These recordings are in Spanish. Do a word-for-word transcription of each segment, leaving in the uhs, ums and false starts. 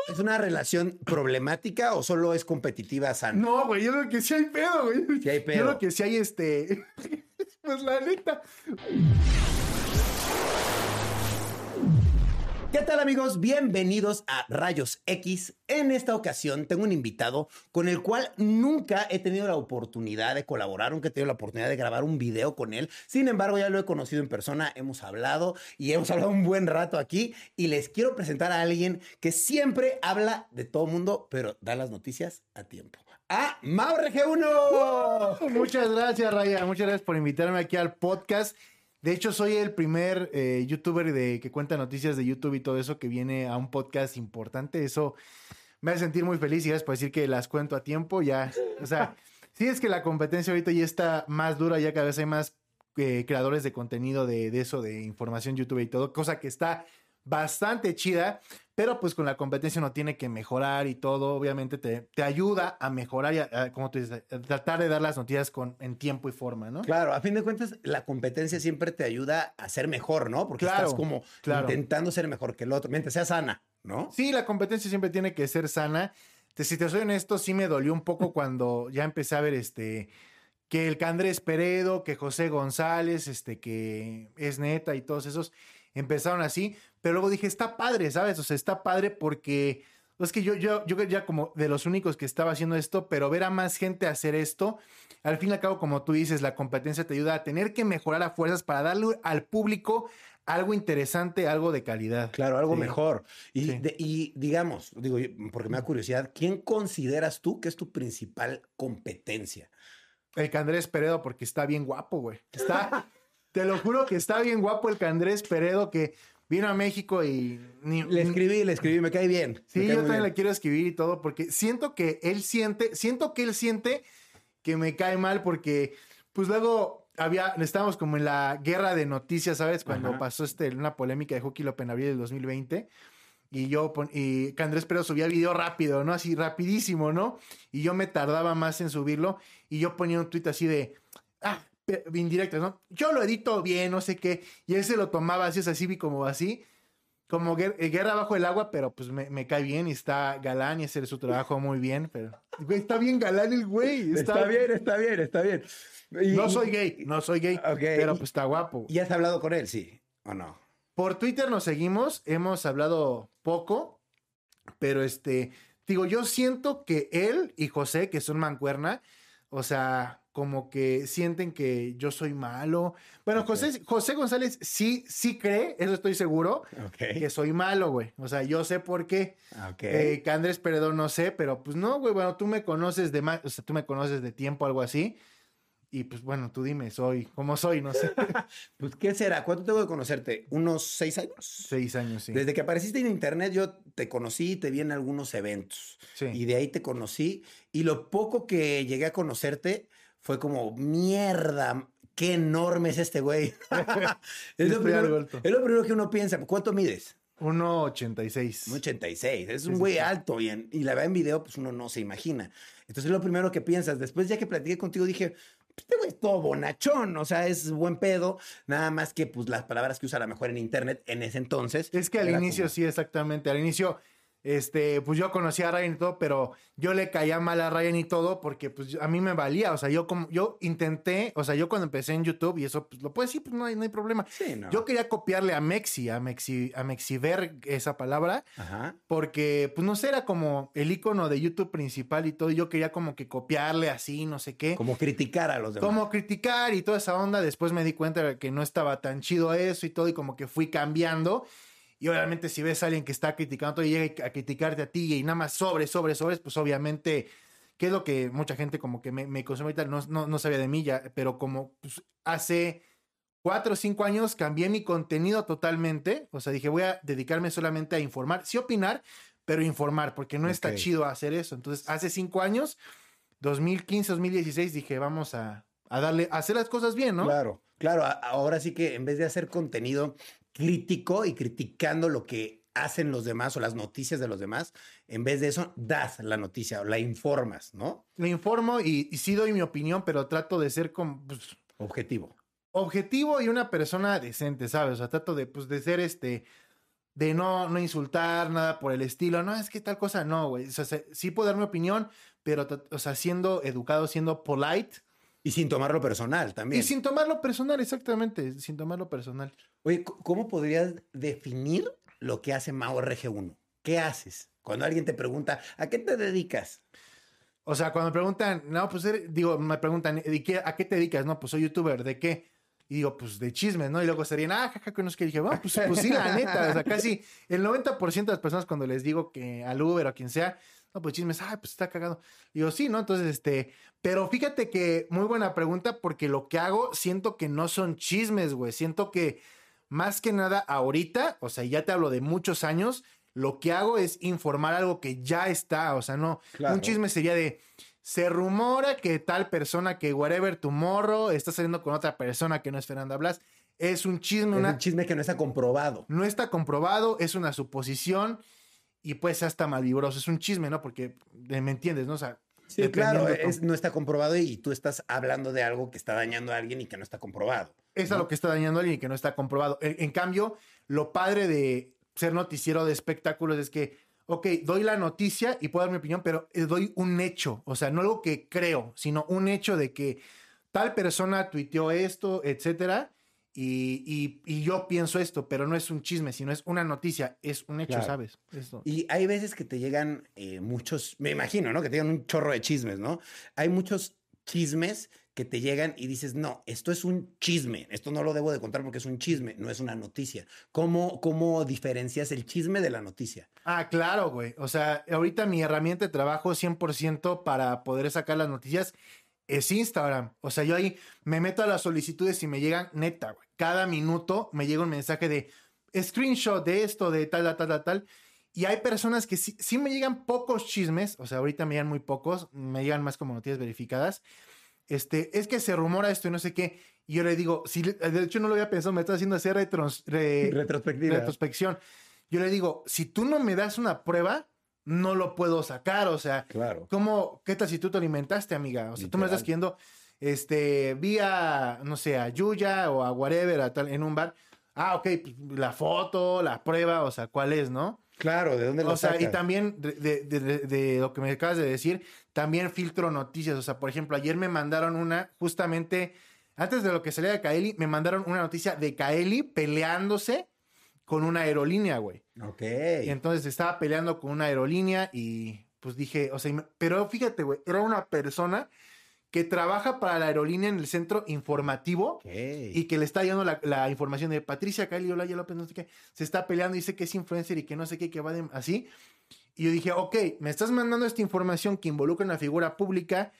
¿Es una relación problemática o solo es competitiva sana? No, güey, yo creo que sí hay pedo, güey. Sí hay pedo. Yo creo que sí hay este... Pues la neta. ¿Qué tal, amigos? Bienvenidos a Rayos X. En esta ocasión tengo un invitado con el cual nunca he tenido la oportunidad de colaborar, nunca he tenido la oportunidad de grabar un video con él. Sin embargo, ya lo he conocido en persona, hemos hablado y hemos hablado un buen rato aquí. Y les quiero presentar a alguien que siempre habla de todo mundo, pero da las noticias a tiempo. ¡A Mauro G uno! Uh, muchas gracias, Raya. Muchas gracias por invitarme aquí al podcast. De hecho, soy el primer eh, youtuber de, que cuenta noticias de YouTube y todo eso que viene a un podcast importante. Eso me hace sentir muy feliz y gracias por decir que las cuento a tiempo. Ya, o sea, sí es que la competencia ahorita ya está más dura, ya cada vez hay más eh, creadores de contenido de, de eso, de información YouTube y todo, cosa que está bastante chida, pero pues con la competencia uno tiene que mejorar y todo, obviamente te, te ayuda a mejorar y a, a, como tú dices, a tratar de dar las noticias con, en tiempo y forma, ¿no? Claro, a fin de cuentas, la competencia siempre te ayuda a ser mejor, ¿no? Porque Claro, estás como claro. intentando ser mejor que el otro, mientras sea sana, ¿no? Sí, la competencia siempre tiene que ser sana. Te, si te soy honesto, sí me dolió un poco cuando ya empecé a ver este... que el Candrés Peredo, que José González, este, que es neta y todos esos empezaron así, pero luego dije, está padre, ¿sabes? O sea, está padre porque es que yo, yo, yo ya como de los únicos que estaba haciendo esto, pero ver a más gente hacer esto, al fin y al cabo, como tú dices, la competencia te ayuda a tener que mejorar a fuerzas para darle al público algo interesante, algo de calidad. Claro, algo Sí. mejor. Y, Sí. de, y digamos, digo, porque me da curiosidad, ¿quién consideras tú que es tu principal competencia? El Candrés Peredo, porque está bien guapo, güey. Está, te lo juro que está bien guapo el Candrés Peredo, que vino a México y... Ni, Le escribí, le escribí, me cae bien. Sí, cae yo muy también bien. le quiero escribir y todo, porque siento que él siente, siento que él siente que me cae mal, porque pues luego había, estábamos como en la guerra de noticias, ¿sabes? Cuando Ajá. pasó este, una polémica de Joaquín López en abril del dos mil veinte. Y yo, pon, y Candrés Peredo subía video rápido, ¿no? Así rapidísimo, ¿no? Y yo me tardaba más en subirlo. Y yo ponía un tuit así de, ah, indirectas, ¿no? Yo lo edito bien, no sé qué. Y él se lo tomaba así, así, como así. Como guerra, guerra bajo el agua, pero pues me, me cae bien y está galán y hace su trabajo muy bien. Pero, güey, está bien galán el güey. Está, está bien, está bien, está bien. Y, no soy gay, no soy gay, okay. pero pues está guapo. ¿Y has hablado con él, sí o no? Por Twitter nos seguimos, hemos hablado poco, pero este, digo, yo siento que él y José, que son mancuerna, o sea, como que sienten que yo soy malo. Bueno, okay. José, José González sí, sí cree, eso estoy seguro, okay. que soy malo, güey. O sea, yo sé por qué. Okay. Eh, que Andrés Peredo no sé, pero pues no, güey, bueno, tú me conoces de más, o sea, tú me conoces de tiempo, algo así. Y pues bueno, tú dime, soy, ¿cómo soy? No sé. Pues, ¿qué será? ¿Cuánto tengo de conocerte? ¿Unos seis años? Seis años, sí. Desde que apareciste en internet, yo te conocí y te vi en algunos eventos. Sí. Y de ahí te conocí. Y lo poco que llegué a conocerte fue como, mierda, qué enorme es este güey. es, lo primero, es lo primero que uno piensa. ¿Cuánto mides? uno ochenta y seis. uno ochenta y seis. Es un güey sí, sí. alto y, en, y la verdad en video pues uno no se imagina. Entonces es lo primero que piensas. Después ya que platiqué contigo dije, este güey es todo bonachón, o sea, es buen pedo. Nada más que pues las palabras que usa a lo mejor en internet en ese entonces. Es que al inicio como... sí, exactamente. Al inicio, este, pues yo conocía a Ryan y todo, pero yo le caía mal a Ryan y todo porque pues a mí me valía. O sea, yo como, yo intenté, o sea, yo cuando empecé en YouTube y eso, pues lo puedes decir, pues no hay, no hay problema. Sí, no. Yo quería copiarle a Mexi, a Mexi, a Mexiver esa palabra, Ajá. porque pues no sé, era como el icono de YouTube principal y todo. Y yo quería como que copiarle así, no sé qué. Como criticar a los demás. Como criticar y toda esa onda. Después me di cuenta de que no estaba tan chido eso y todo, y como que fui cambiando. Y obviamente si ves a alguien que está criticando todo y llega a criticarte a ti y nada más sobres, sobres, sobres, pues obviamente, que es lo que mucha gente como que me, me consume y tal, no, no, no sabía de mí ya, pero como pues, hace cuatro o cinco años cambié mi contenido totalmente. O sea, dije, voy a dedicarme solamente a informar, sí opinar, pero informar, porque no okay. está chido hacer eso. Entonces, hace cinco años, dos mil quince, dos mil dieciséis, dije, vamos a, a darle, a hacer las cosas bien, ¿no? Claro, claro. Ahora sí que en vez de hacer contenido crítico y criticando lo que hacen los demás o las noticias de los demás, en vez de eso, das la noticia o la informas, ¿no? Le informo y, y sí doy mi opinión, pero trato de ser como, pues, objetivo. Objetivo y una persona decente, ¿sabes? O sea, trato de, pues, de ser este... de no, no insultar, nada por el estilo. No, es que tal cosa, no, güey. O sea, se- sí puedo dar mi opinión, pero, t- o sea, siendo educado, siendo polite. Y sin tomarlo personal Y también. sin tomarlo personal, exactamente, sin tomarlo personal. Oye, c- ¿cómo podrías definir lo que hace Mau R G uno? ¿Qué haces? Cuando alguien te pregunta, ¿a qué te dedicas? O sea, cuando me preguntan, no, pues, eres- digo, me preguntan, ¿y qué, a qué te dedicas? No, pues soy youtuber, ¿de qué? Y digo, pues de chismes, ¿no? Y luego serían, ah, jaja, que no es que dije, bueno, pues, pues sí, la neta, o sea, casi el noventa por ciento de las personas cuando les digo que al Uber o quien sea, no, pues chismes, ah, pues está cagado. Digo, sí, ¿no? Entonces, este, pero fíjate que muy buena pregunta porque lo que hago siento que no son chismes, güey, siento que más que nada ahorita, o sea, ya te hablo de muchos años, lo que hago es informar algo que ya está, o sea, no, Claro. un chisme sería de, se rumora que tal persona que whatever tomorrow está saliendo con otra persona que no es Fernanda Blas, es un chisme, Es una, un chisme que no está comprobado. no está comprobado, es una suposición y pues hasta malvibroso, es un chisme, ¿no? Porque, eh, ¿me entiendes, no? O sea, Sí, claro, dependiendo es, no está comprobado y tú estás hablando de algo que está dañando a alguien y que no está comprobado. es ¿no? a lo que está dañando a alguien y que no está comprobado. En, en cambio, lo padre de ser noticiero de espectáculos es que, ok, doy la noticia y puedo dar mi opinión, pero eh, doy un hecho, o sea, no algo que creo, sino un hecho de que tal persona tuiteó esto, etcétera, y, y, y yo pienso esto, pero no es un chisme, sino es una noticia, es un hecho, Claro. ¿sabes? Esto. Y hay veces que te llegan eh, muchos, me imagino, ¿no? Que te llegan un chorro de chismes, ¿no? Hay muchos chismes que te llegan y dices, no, esto es un chisme, esto no lo debo de contar porque es un chisme, no es una noticia. ¿Cómo, cómo diferencias el chisme de la noticia? Ah, claro, güey. O sea, ahorita mi herramienta de trabajo cien por ciento para poder sacar las noticias es Instagram. O sea, yo ahí me meto a las solicitudes y me llegan neta, güey. Cada minuto me llega un mensaje de screenshot de esto, de tal, tal, tal, tal, tal. Y hay personas que sí, sí me llegan pocos chismes. O sea, ahorita me llegan muy pocos. Me llegan más como noticias verificadas. Este, es que se rumora esto y no sé qué. Y yo le digo, si, de hecho no lo había pensado, me está haciendo hacer retros, re, Retrospectiva. retrospección. Yo le digo, si tú no me das una prueba, no lo puedo sacar. O sea, Claro. ¿cómo, qué tal si tú te alimentaste, amiga? O sea, tú me estás Literal. queriendo, este, vía, no sé, a Yuya o a whatever, a tal, en un bar. Ah, ok, pues, la foto, la prueba, o sea, ¿cuál es, no? Claro, ¿de dónde lo O sea, sacas? y también de, de- de- de- de lo que me acabas de decir, también filtro noticias. O sea, por ejemplo, ayer me mandaron una, justamente, antes de lo que salía de Kaeli, me mandaron una noticia de Kaeli peleándose con una aerolínea, güey. Ok. Y entonces estaba peleando con una aerolínea y pues dije, o sea, y me- pero fíjate, güey, era una persona que trabaja para la aerolínea en el centro informativo Ok. y que le está dando la, la información de Patricia Kaeli, Olaya López, no sé qué, se está peleando, dice que es influencer y que no sé qué, que va de, así. Y yo dije, ok, me estás mandando esta información que involucra una figura pública,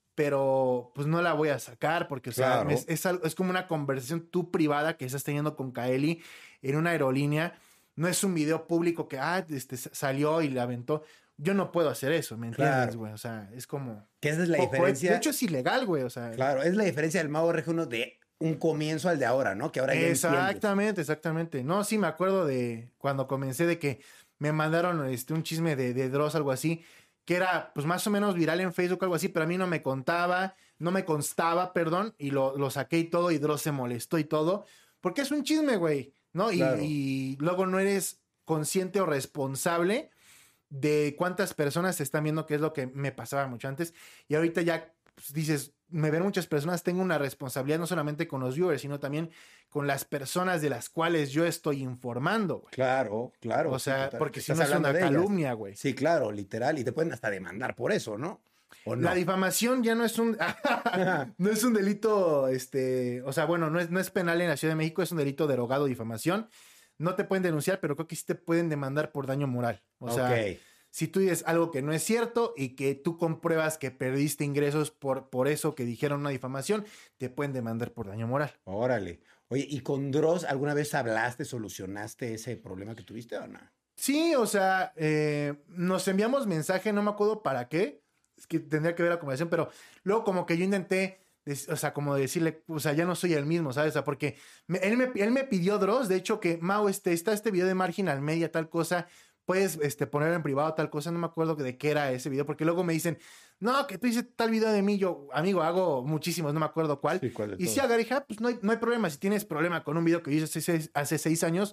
pero pues no la voy a sacar porque, o sea, Claro. es, es, algo- es como una conversación tú privada que estás teniendo con Kaeli en una aerolínea. No es un video público que, ah, este, s- salió y le aventó. Yo no puedo hacer eso, ¿me entiendes, Claro. güey? O sea, es como... Que esa es la poco- diferencia. De hecho, es ilegal, güey, o sea... Claro, es la diferencia del Mau R G uno de un comienzo al de ahora, ¿no? Que ahora ya entiendes. Exactamente, exactamente. No, sí me acuerdo de cuando comencé de que me mandaron este, un chisme de, de Dross, algo así, que era pues más o menos viral en Facebook, algo así, pero a mí no me contaba, no me constaba, perdón, y lo, lo saqué y todo, y Dross se molestó y todo, porque es un chisme, güey, ¿no? Y, Claro. y luego no eres consciente o responsable de cuántas personas te están viendo, que es lo que me pasaba mucho antes, y ahorita ya pues, dices, me ven muchas personas, tengo una responsabilidad no solamente con los viewers, sino también con las personas de las cuales yo estoy informando, güey. Claro, claro. O sí, sea, total. porque si Estás no es hablando una de ellas. calumnia, güey. Sí, claro, literal. Y te pueden hasta demandar por eso, ¿no? ¿O no? La difamación ya no es un no es un delito, este, o sea, bueno, no es, no es penal en la Ciudad de México, es un delito derogado, difamación. No te pueden denunciar, pero creo que sí te pueden demandar por daño moral. O sea, Ok. si tú dices algo que no es cierto y que tú compruebas que perdiste ingresos por, por eso que dijeron una difamación, te pueden demandar por daño moral. Órale. Oye, ¿y con Dross alguna vez hablaste, solucionaste ese problema que tuviste o no? Sí, o sea, eh, nos enviamos mensaje, no me acuerdo para qué, es que tendría que ver la conversación, pero luego como que yo intenté, des- o sea, como decirle, o sea, ya no soy el mismo, ¿sabes? O sea, porque me- él, me, él me pidió Dross, de hecho que, Mau, este, está este video de Marginal Media, tal cosa, puedes este, poner en privado tal cosa, no me acuerdo de qué era ese video, porque luego me dicen, no, que tú hiciste tal video de mí, yo, amigo, hago muchísimos, no me acuerdo cuál. Sí, ¿cuál de Y si todos? agarré, dije, ah, pues no hay, no hay problema, si tienes problema con un video que yo hice hace seis, hace seis años,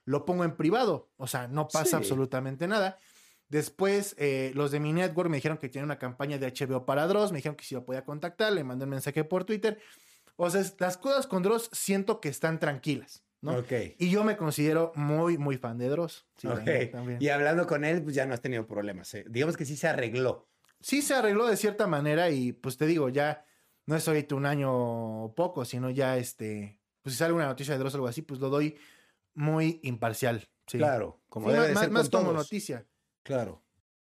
lo pongo en privado. O sea, no pasa Sí. absolutamente nada. Después, eh, los de mi network me dijeron que tienen una campaña de H B O para Dross. Me dijeron que si lo podía contactar. Le mandé un mensaje por Twitter. O sea, las cosas con Dross siento que están tranquilas, ¿no? Ok. Y yo me considero muy, muy fan de Dross. Sí, Ok. también, también. Y hablando con él, pues ya no has tenido problemas. ¿eh? Digamos que sí se arregló. Sí se arregló de cierta manera y pues te digo, ya no es ahorita un año o poco, sino ya este, pues si sale una noticia de Dross o algo así, pues lo doy muy imparcial. Sí. Claro, como Sí, debe más de más, ser más con como todos. noticia. Claro.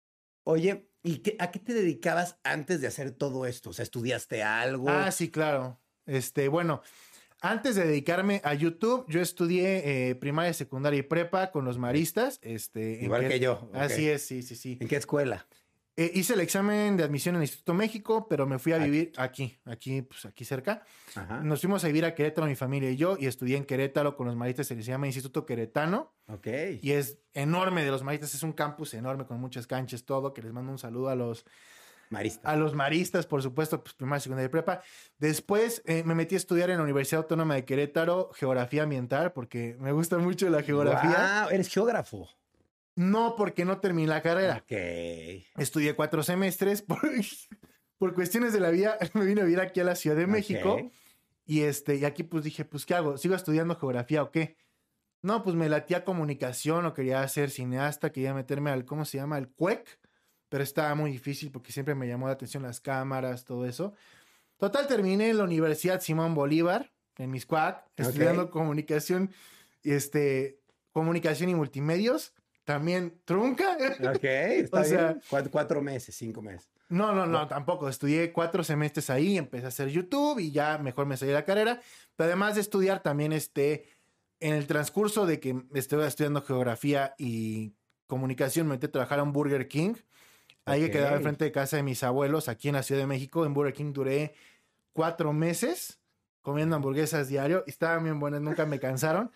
Oye, ¿y qué, a qué te dedicabas antes de hacer todo esto? O sea, ¿estudiaste algo? Ah, sí, claro. Este, bueno, antes de dedicarme a YouTube, yo estudié eh, primaria, secundaria y prepa con los maristas. Este, en Igual que- que yo. Así ok. es, sí, sí, sí. ¿En qué escuela? Eh, hice el examen de admisión en el Instituto México, pero me fui a Aquí. vivir aquí, aquí, pues aquí cerca. Ajá. Nos fuimos a vivir a Querétaro, mi familia y yo, y estudié en Querétaro con los maristas, se les llama Instituto Queretano, Ok. y es enorme de los maristas, es un campus enorme con muchas canchas, todo, que les mando un saludo a los, Marista. a los maristas, por supuesto, pues primaria, secundaria y prepa. Después eh, me metí a estudiar en la Universidad Autónoma de Querétaro, geografía ambiental, porque me gusta mucho la geografía. Wow, eres geógrafo. No porque no terminé la carrera. Ok. Estudié cuatro semestres por, por cuestiones de la vida. Me vine a vivir aquí a la Ciudad de México. Ok. Y este, y aquí pues dije, pues, ¿qué hago? ¿Sigo estudiando geografía o qué? No, pues me latía comunicación o quería ser cineasta, quería meterme al, ¿cómo se llama? Al C U E C. Pero estaba muy difícil porque siempre me llamó la atención las cámaras, todo eso. Total, terminé en la Universidad Simón Bolívar, en Miscuac, estudiando Ok. comunicación, este, comunicación y multimedios. También trunca. Ok, está O bien. sea, Cuatro, cuatro meses, cinco meses. No, no, no, tampoco. Estudié cuatro semestres ahí, empecé a hacer YouTube y ya mejor me salí de la carrera. Pero además de estudiar, también este, en el transcurso de que estuve estudiando geografía y comunicación, me metí a trabajar a un Burger King. Ahí que Ok. quedaba enfrente de casa de mis abuelos, aquí en la Ciudad de México. En Burger King duré cuatro meses comiendo hamburguesas diario. Y estaban bien buenas, nunca me cansaron.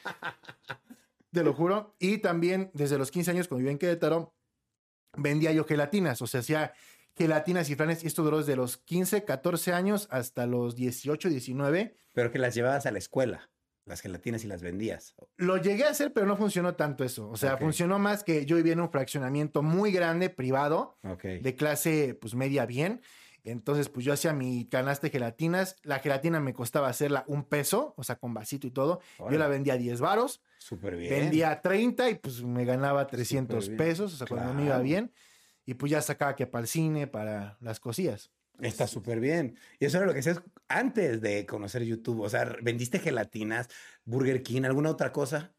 Te lo juro. Y también desde los quince años, cuando vivía en Querétaro, vendía yo gelatinas. O sea, hacía gelatinas y flanes. Y esto duró desde los quince, catorce años hasta los dieciocho, diecinueve. Pero que las llevabas a la escuela, las gelatinas y las vendías. Lo llegué a hacer, pero no funcionó tanto eso. O sea, Ok. funcionó más que yo vivía en un fraccionamiento muy grande, privado, Ok. de clase pues media bien. Entonces, pues yo hacía mi canasta de gelatinas. La gelatina me costaba hacerla un peso, o sea, con vasito y todo. Órale. Yo la vendía a diez varos. Súper bien. Vendía treinta y pues me ganaba trescientos bien. pesos, o sea, cuando me iba Claro. bien. Y pues ya sacaba que para el cine, para las cosillas. Está súper bien. Y eso era lo que hacías antes de conocer YouTube. O sea, vendiste gelatinas, Burger King, ¿alguna otra cosa?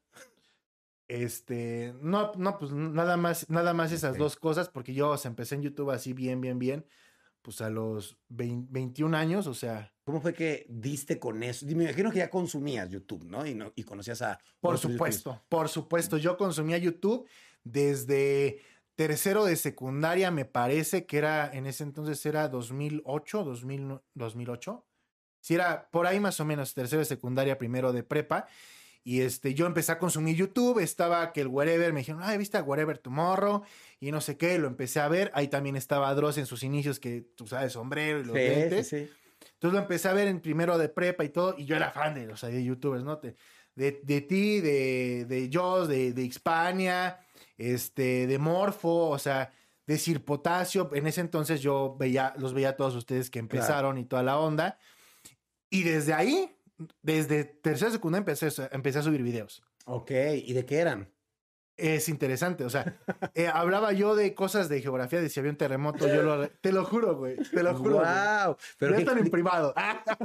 Este, no, no, pues nada más, nada más esas Ok. dos cosas, porque yo o sea, empecé en YouTube así bien, bien, bien, pues a los veinte, veintiún años, o sea, ¿Cómo fue que diste con eso? Me imagino que ya consumías YouTube, ¿no? Y, no, y conocías a... por otros supuesto, por supuesto, yo consumía YouTube desde tercero de secundaria, me parece que era, en ese entonces era dos mil ocho, dos mil, dos mil ocho, si era por ahí más o menos, tercero de secundaria, primero de prepa. Y este, yo empecé a consumir YouTube, estaba que el Wherever, me dijeron, ay, ¿viste a Wherever Tomorrow? Y no sé qué, lo empecé a ver. Ahí también estaba Dross en sus inicios, que tú sabes, sombrero y los Sí, lentes. sí, sí. Entonces lo empecé a ver en primero de prepa y todo, y yo era fan de, o sea, de YouTubers, ¿no? De, de, de ti, de, de Joss, de, de Hispania, este, de Morfo, o sea, de Sir Potasio. En ese entonces yo veía, los veía a todos ustedes que empezaron y toda la onda. Y desde ahí, desde tercera secundaria empecé, empecé a subir videos. Ok, ¿y de qué eran? Es interesante, o sea, eh, hablaba yo de cosas de geografía, de si había un terremoto, yo lo, te lo juro, güey, te lo juro. ¡Wow! Pero Ya ¿qué están en expli- privado.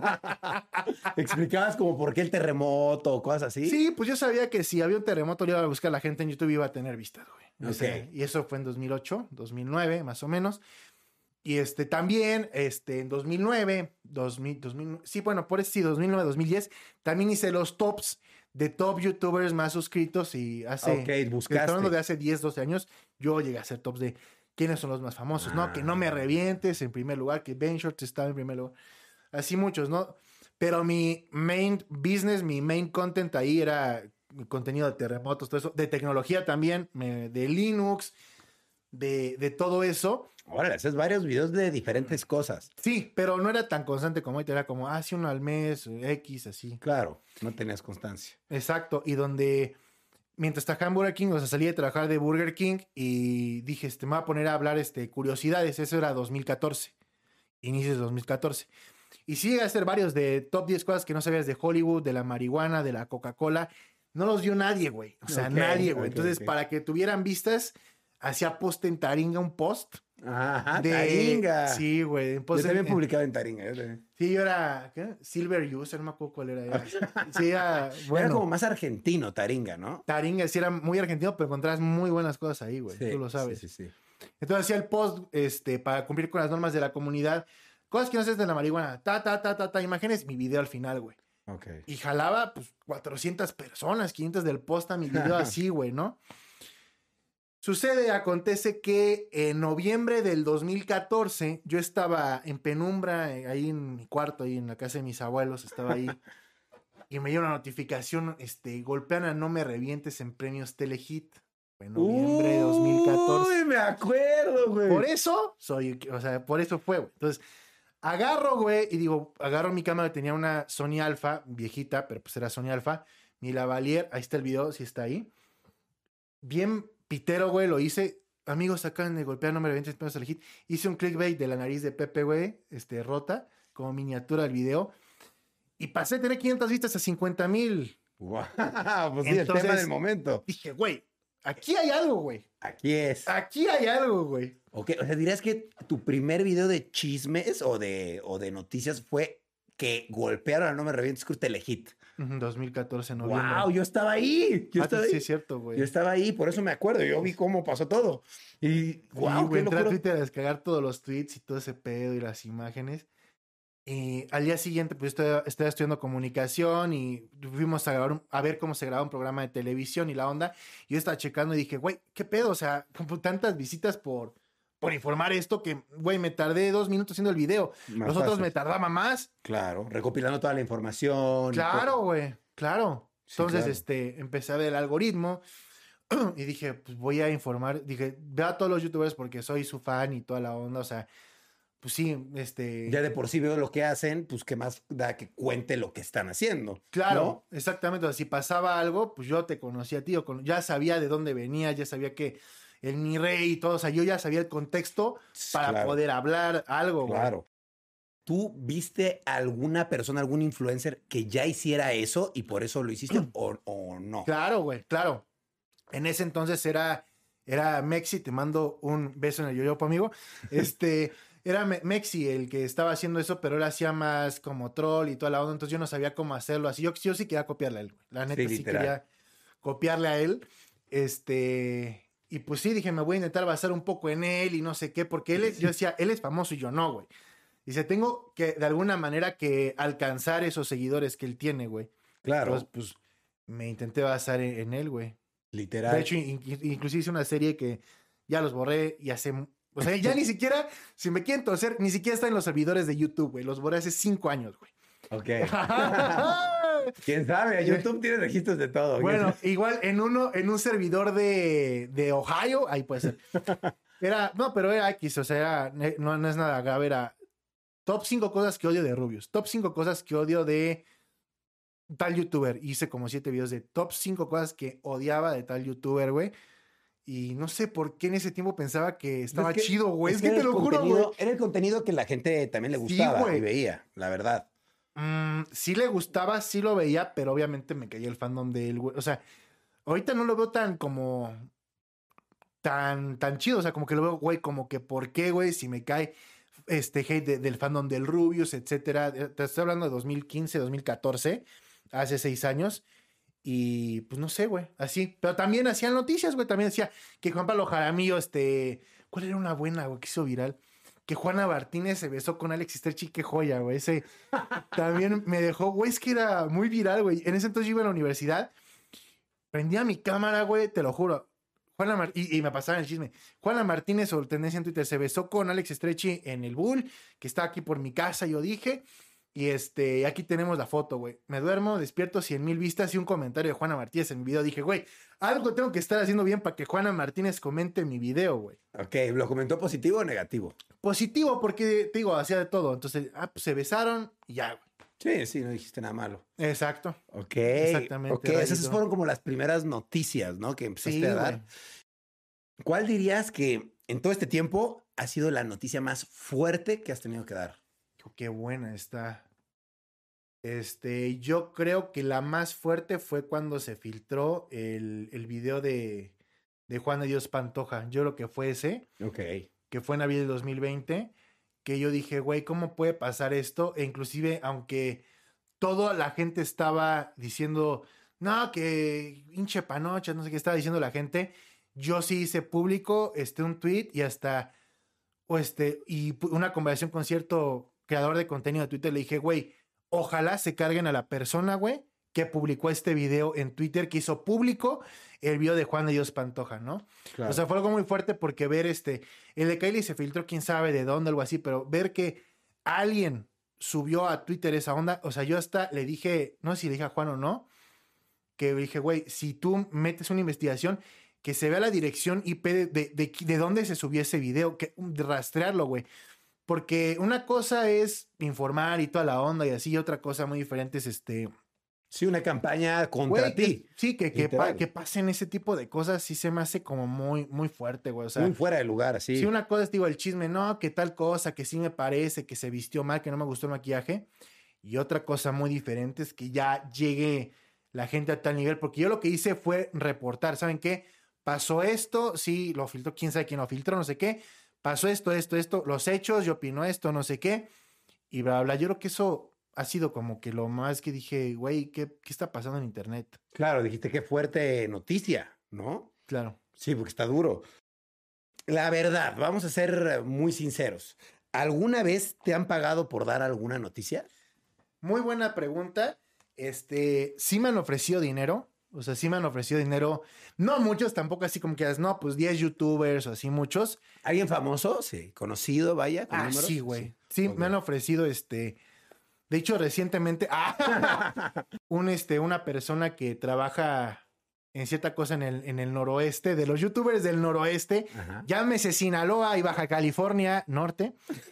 explicabas como por qué el terremoto o cosas así. Sí, pues yo sabía que si había un terremoto, le iba a buscar a la gente en YouTube y iba a tener vistas, güey. O sea, Ok. y eso fue en dos mil ocho, dos mil nueve, más o menos. Y este también, este, en dos mil nueve, dos mil, dos mil, sí, bueno, por eso sí, dos mil nueve, dos mil diez, también hice los tops de top youtubers más suscritos y hace, Ok, estoy buscaste. hablando de hace diez, doce años, yo llegué a hacer tops de quiénes son los más famosos, ¿no? Que no me Ah. revientes en primer lugar, que Ben Shorts estaba en primer lugar, así muchos, ¿no? Pero mi main business, mi main content ahí era contenido de terremotos, todo eso, de tecnología también, me- de Linux, de, de todo eso. Órale, haces varios videos de diferentes cosas. Sí, pero no era tan constante como ahorita, era como, ah, sí, uno al mes, X, así. Claro, no tenías constancia. Exacto, y donde mientras trabajaba en Burger King, o sea, salí de trabajar de Burger King y dije, este, me voy a poner a hablar este, curiosidades. Eso era dos mil catorce, inicios de dos mil catorce. Y sí llegué a hacer varios de top diez cosas que no sabías de Hollywood, de la marihuana, de la Coca-Cola. No los vio nadie, güey. O sea, okay, nadie, güey. Okay, Entonces, okay. para que tuvieran vistas, hacía post en Taringa, un post. Ajá, de... Taringa. Sí, güey. Yo también en... publicaba en Taringa. Yo también. Sí, yo era, ¿qué? Silver User, no me acuerdo cuál era. era. Sí, era, bueno. Era como más argentino, Taringa, ¿no? Taringa, sí, era muy argentino, pero encontrabas muy buenas cosas ahí, güey. Sí, tú lo sabes. Sí, sí, sí. Entonces hacía el post este, para cumplir con las normas de la comunidad. Cosas que no sabes de la marihuana. Ta, ta, ta, ta, ta. Imágenes, mi video al final, güey. Okay. Y jalaba, pues, cuatrocientas personas, quinientas del post a mi video así, güey, ¿no? Sucede, acontece que en noviembre del dos mil catorce yo estaba en penumbra, ahí en mi cuarto, ahí en la casa de mis abuelos, estaba ahí. Y me llega una notificación, este, golpean a No Me Revientes en premios Telehit. En noviembre de dos mil catorce. Uy, me acuerdo, güey. Por eso, soy, o sea, por eso fue, güey. Entonces... agarro, güey, y digo, agarro mi cámara, tenía una Sony Alpha, viejita, pero pues era Sony Alpha, mi lavalier, ahí está el video, si está ahí. Bien pitero, güey, lo hice. Amigos, acaban de golpear, no me revientes, pero el hit. Hice un clickbait de la nariz de Pepe, güey, este, rota, como miniatura del video. Y pasé de tener quinientas vistas a cincuenta mil. Wow, pues sí, entonces, el tema del momento. Dije, güey, aquí hay algo, güey. Aquí es. Aquí hay algo, güey. Okay, o sea, ¿dirías que tu primer video de chismes o de, o de noticias fue que golpearon a No Me Revientes con Telehit? dos mil catorce, noviembre. ¡Wow! Yo estaba ahí. Yo ah, estaba sí, ahí. es cierto, güey. Yo estaba ahí, por eso me acuerdo. Yo vi cómo pasó todo. Y, ¡wow! Sí, güey, entré a Twitter a descargar todos los tweets y todo ese pedo y las imágenes. Y al día siguiente, pues, estaba, estaba estudiando comunicación y fuimos a, grabar un, a ver cómo se graba un programa de televisión y la onda. Y yo estaba checando y dije, güey, ¿qué pedo? O sea, como tantas visitas por... por informar esto que, güey, me tardé dos minutos haciendo el video. Más Los otros fácil. Me tardaba más. Claro, recopilando toda la información. Claro, güey, claro. Sí, Entonces, claro. este, empecé a ver el algoritmo y dije, pues voy a informar. Dije, ve a todos los youtubers porque soy su fan y toda la onda, o sea, pues sí, este... ya de por sí veo lo que hacen, pues qué más da que cuente lo que están haciendo. Claro, ¿no? exactamente. O sea, si pasaba algo, pues yo te conocía a ti, o con... ya sabía de dónde venía, ya sabía que... el mi rey y todo, o sea, yo ya sabía el contexto para claro. poder hablar algo, güey. Claro. ¿Tú viste alguna persona, algún influencer que ya hiciera eso y por eso lo hiciste o, o no? Claro, güey, claro. En ese entonces era, era Mexi, te mando un beso en el yoyopo, amigo. Este, era Me- Mexi el que estaba haciendo eso, pero él hacía más como troll y toda la onda, entonces yo no sabía cómo hacerlo así. Yo, yo sí quería copiarle a él, güey. La neta sí, sí quería copiarle a él. Este... Y pues sí, dije, me voy a intentar basar un poco en él y no sé qué, porque él es, yo decía, él es famoso y yo no, güey. Dice, tengo que, de alguna manera, que alcanzar esos seguidores que él tiene, güey. Claro. Entonces, pues, me intenté basar en, en él, güey. Literal. De hecho, in, inclusive hice una serie que ya los borré y hace... O sea, ya ni siquiera, si me quieren torcer, ni siquiera está en los servidores de YouTube, güey. Los borré hace cinco años, güey. Ok. ¿Quién sabe? YouTube tiene registros de todo. Bueno, igual en uno, en un servidor de, de Ohio, ahí puede ser. Era, no, pero era X, o sea, era, no, no es nada grave, era top cinco cosas que odio de Rubius, top cinco cosas que odio de tal youtuber. Hice como siete videos de top cinco cosas que odiaba de tal youtuber, güey. Y no sé por qué en ese tiempo pensaba que estaba es que, chido, güey. Es, es que, que te lo juro, güey. Era el contenido que la gente también le gustaba sí, y veía, la verdad. Mm, sí le gustaba, sí lo veía, pero obviamente me caía el fandom de él, güey. O sea, ahorita no lo veo tan como... Tan, tan chido. O sea, como que lo veo, güey, como que ¿por qué, güey? Si me cae este hate de, del fandom del Rubius, etcétera. Te estoy hablando de dos mil quince, dos mil catorce. Hace seis años. Y pues no sé, güey. Así. Pero también hacían noticias, güey. También decía que Juan Pablo Jaramillo, este... ¿Cuál era una buena, güey? Que hizo viral. Que Juana Martínez se besó con Alex Esterchi, qué joya, güey. Ese también me dejó, güey, es que era muy viral, güey. En ese entonces yo iba a la universidad, prendía mi cámara, güey, te lo juro. Juana Mar- y, y me pasaba el chisme. Juana Martínez, o tendencia en Twitter, se besó con Alex Esterchi en el Bull, que está aquí por mi casa, yo dije. Y este, aquí tenemos la foto, güey. Me duermo, despierto, cien mil vistas y un comentario de Juana Martínez en mi video. Dije, güey, algo tengo que estar haciendo bien para que Juana Martínez comente mi video, güey. Ok, ¿lo comentó positivo o negativo? Positivo, porque, te digo, hacía de todo. Entonces, ah, pues se besaron y ya, güey. Sí, sí, no dijiste nada malo. Exacto. Ok. Exactamente. Ok, esas fueron como las primeras noticias, ¿no? Que empezaste Sí, a dar. güey. ¿Cuál dirías que en todo este tiempo ha sido la noticia más fuerte que has tenido que dar? Qué buena está. Este, yo creo que la más fuerte fue cuando se filtró el, el video de, de Juan de Dios Pantoja. Yo creo que fue ese, Ok. que fue en abril de dos mil veinte, que yo dije, güey, ¿cómo puede pasar esto? E inclusive, aunque toda la gente estaba diciendo, no, que hinche panocha, no sé qué estaba diciendo la gente, yo sí hice público este, un tweet y hasta, o este, y una conversación con cierto creador de contenido de Twitter, le dije, güey, ojalá se carguen a la persona, güey, que publicó este video en Twitter, que hizo público el video de Juan de Dios Pantoja, ¿no? Claro. O sea, fue algo muy fuerte porque ver este, el de Kylie se filtró quién sabe de dónde, algo así, pero ver que alguien subió a Twitter esa onda, o sea, yo hasta le dije, no sé si le dije a Juan o no, que dije, güey, si tú metes una investigación, que se vea la dirección I P de, de, de, de dónde se subió ese video, que de rastrearlo, güey. Porque una cosa es informar y toda la onda y así, y otra cosa muy diferente es este... Sí, una campaña contra Güey, ti. que, sí, que, que, pa, literal. que pasen ese tipo de cosas sí se me hace como muy, muy fuerte, güey. O sea, Muy fuera de lugar, así. si una cosa es, digo, el chisme, no, que tal cosa, que sí me parece, que se vistió mal, que no me gustó el maquillaje. Y otra cosa muy diferente es que ya llegue la gente a tal nivel, porque yo lo que hice fue reportar, ¿saben qué? Pasó esto, sí, lo filtró, quién sabe quién lo filtró, no sé qué. Pasó esto, esto, esto, los hechos, yo opino esto, no sé qué. Y bla, bla. Yo creo que eso ha sido como que lo más que dije, güey, ¿qué, ¿qué está pasando en internet? Claro, dijiste qué fuerte noticia, ¿no? Claro. Sí, porque está duro. La verdad, vamos a ser muy sinceros. ¿Alguna vez te han pagado por dar alguna noticia? Muy buena pregunta. Este, sí me han ofrecido dinero. O sea, sí me han ofrecido dinero. No muchos, tampoco así como que digas, no, pues diez youtubers o así muchos. ¿Alguien famoso? Sí, conocido, vaya, con Ah, números. sí, güey. Sí, Ok. me han ofrecido este. De hecho, recientemente, ah, un, este, una persona que trabaja en cierta cosa en el, en el noroeste, de los youtubers del noroeste, Ajá. llámese Sinaloa y Baja California Norte,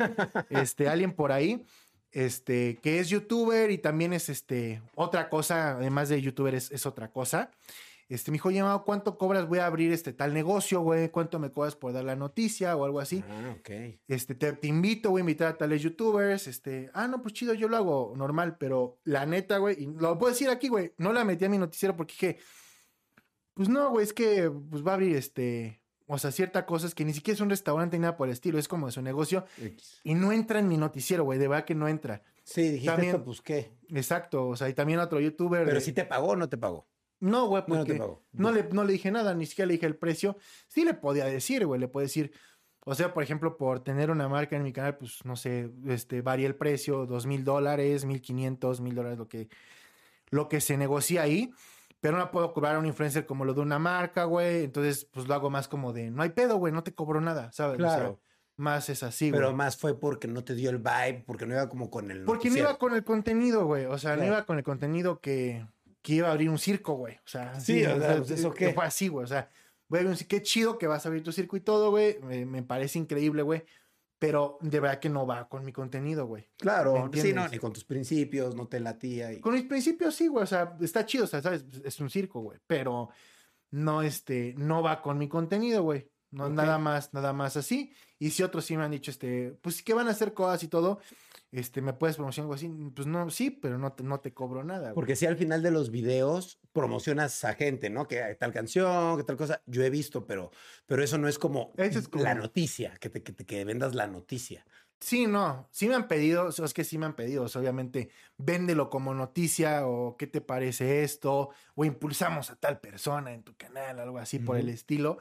este, alguien por ahí, este, que es youtuber y también es este, otra cosa, además de youtuber es, es otra cosa. Este, me dijo, oye, Mau, ¿cuánto cobras? Voy a abrir este tal negocio, güey. ¿Cuánto me cobras por dar la noticia o algo así? Ah, ok. Este, te, te invito, voy a invitar a tales youtubers. Este, ah, no, pues chido, yo lo hago normal, pero la neta, güey, y lo puedo decir aquí, güey, no la metí a mi noticiero porque dije, pues no, güey, es que pues va a abrir este, o sea, ciertas cosas que ni siquiera es un restaurante ni nada por el estilo, es como de su negocio X. y no entra en mi noticiero, güey, de verdad que no entra. Sí, dijiste También- esto, pues qué. Exacto, o sea, y también otro youtuber. Pero de- si te pagó o no te pagó. No, güey, No, no porque te pagó. no, le, no le dije nada, ni siquiera le dije el precio. Sí le podía decir, güey, le puedo decir, o sea, por ejemplo, por tener una marca en mi canal, pues, no sé, este, varía el precio, dos mil dólares, mil quinientos, mil dólares, lo que, lo que se negocia ahí, pero no puedo cobrar a un influencer como lo de una marca, güey, entonces, pues, lo hago más como de, no hay pedo, güey, no te cobro nada, ¿sabes? O sea, Claro. más es así, Pero güey. más fue porque no te dio el vibe, porque no iba como con el Porque no noticiero. iba con el contenido, güey, o sea, no Claro. iba con el contenido que, que iba a abrir un circo, güey, o sea, Sí, o sea, pues, ¿eso qué? Fue así, güey, o sea, voy a abrir un circo, qué chido que vas a abrir tu circo y todo, güey, me, me parece increíble, güey, pero de verdad que no va con mi contenido, güey. ¿Me Claro, sí, entiendes? no, ni con tus principios, no te latía. Y... Con mis principios sí, güey, o sea, está chido, o sea, sabes, es un circo, güey, pero no, este, no va con mi contenido, güey. No, Ok. nada más, nada más así. Y si otros sí me han dicho, este, pues que van a hacer cosas y todo, este, ¿me puedes promocionar algo así? Pues no, sí, pero no te, no te cobro nada, güey. Porque si al final de los videos promocionas a gente, ¿no? Que hay tal canción, que tal cosa. Yo he visto, pero, pero eso no es como, Eso es como- la noticia, que te, que te que vendas la noticia. Sí, no, sí me han pedido, o sea, es que sí me han pedido, o sea, obviamente, véndelo como noticia o qué te parece esto, o impulsamos a tal persona en tu canal, algo así por el Ujú. estilo.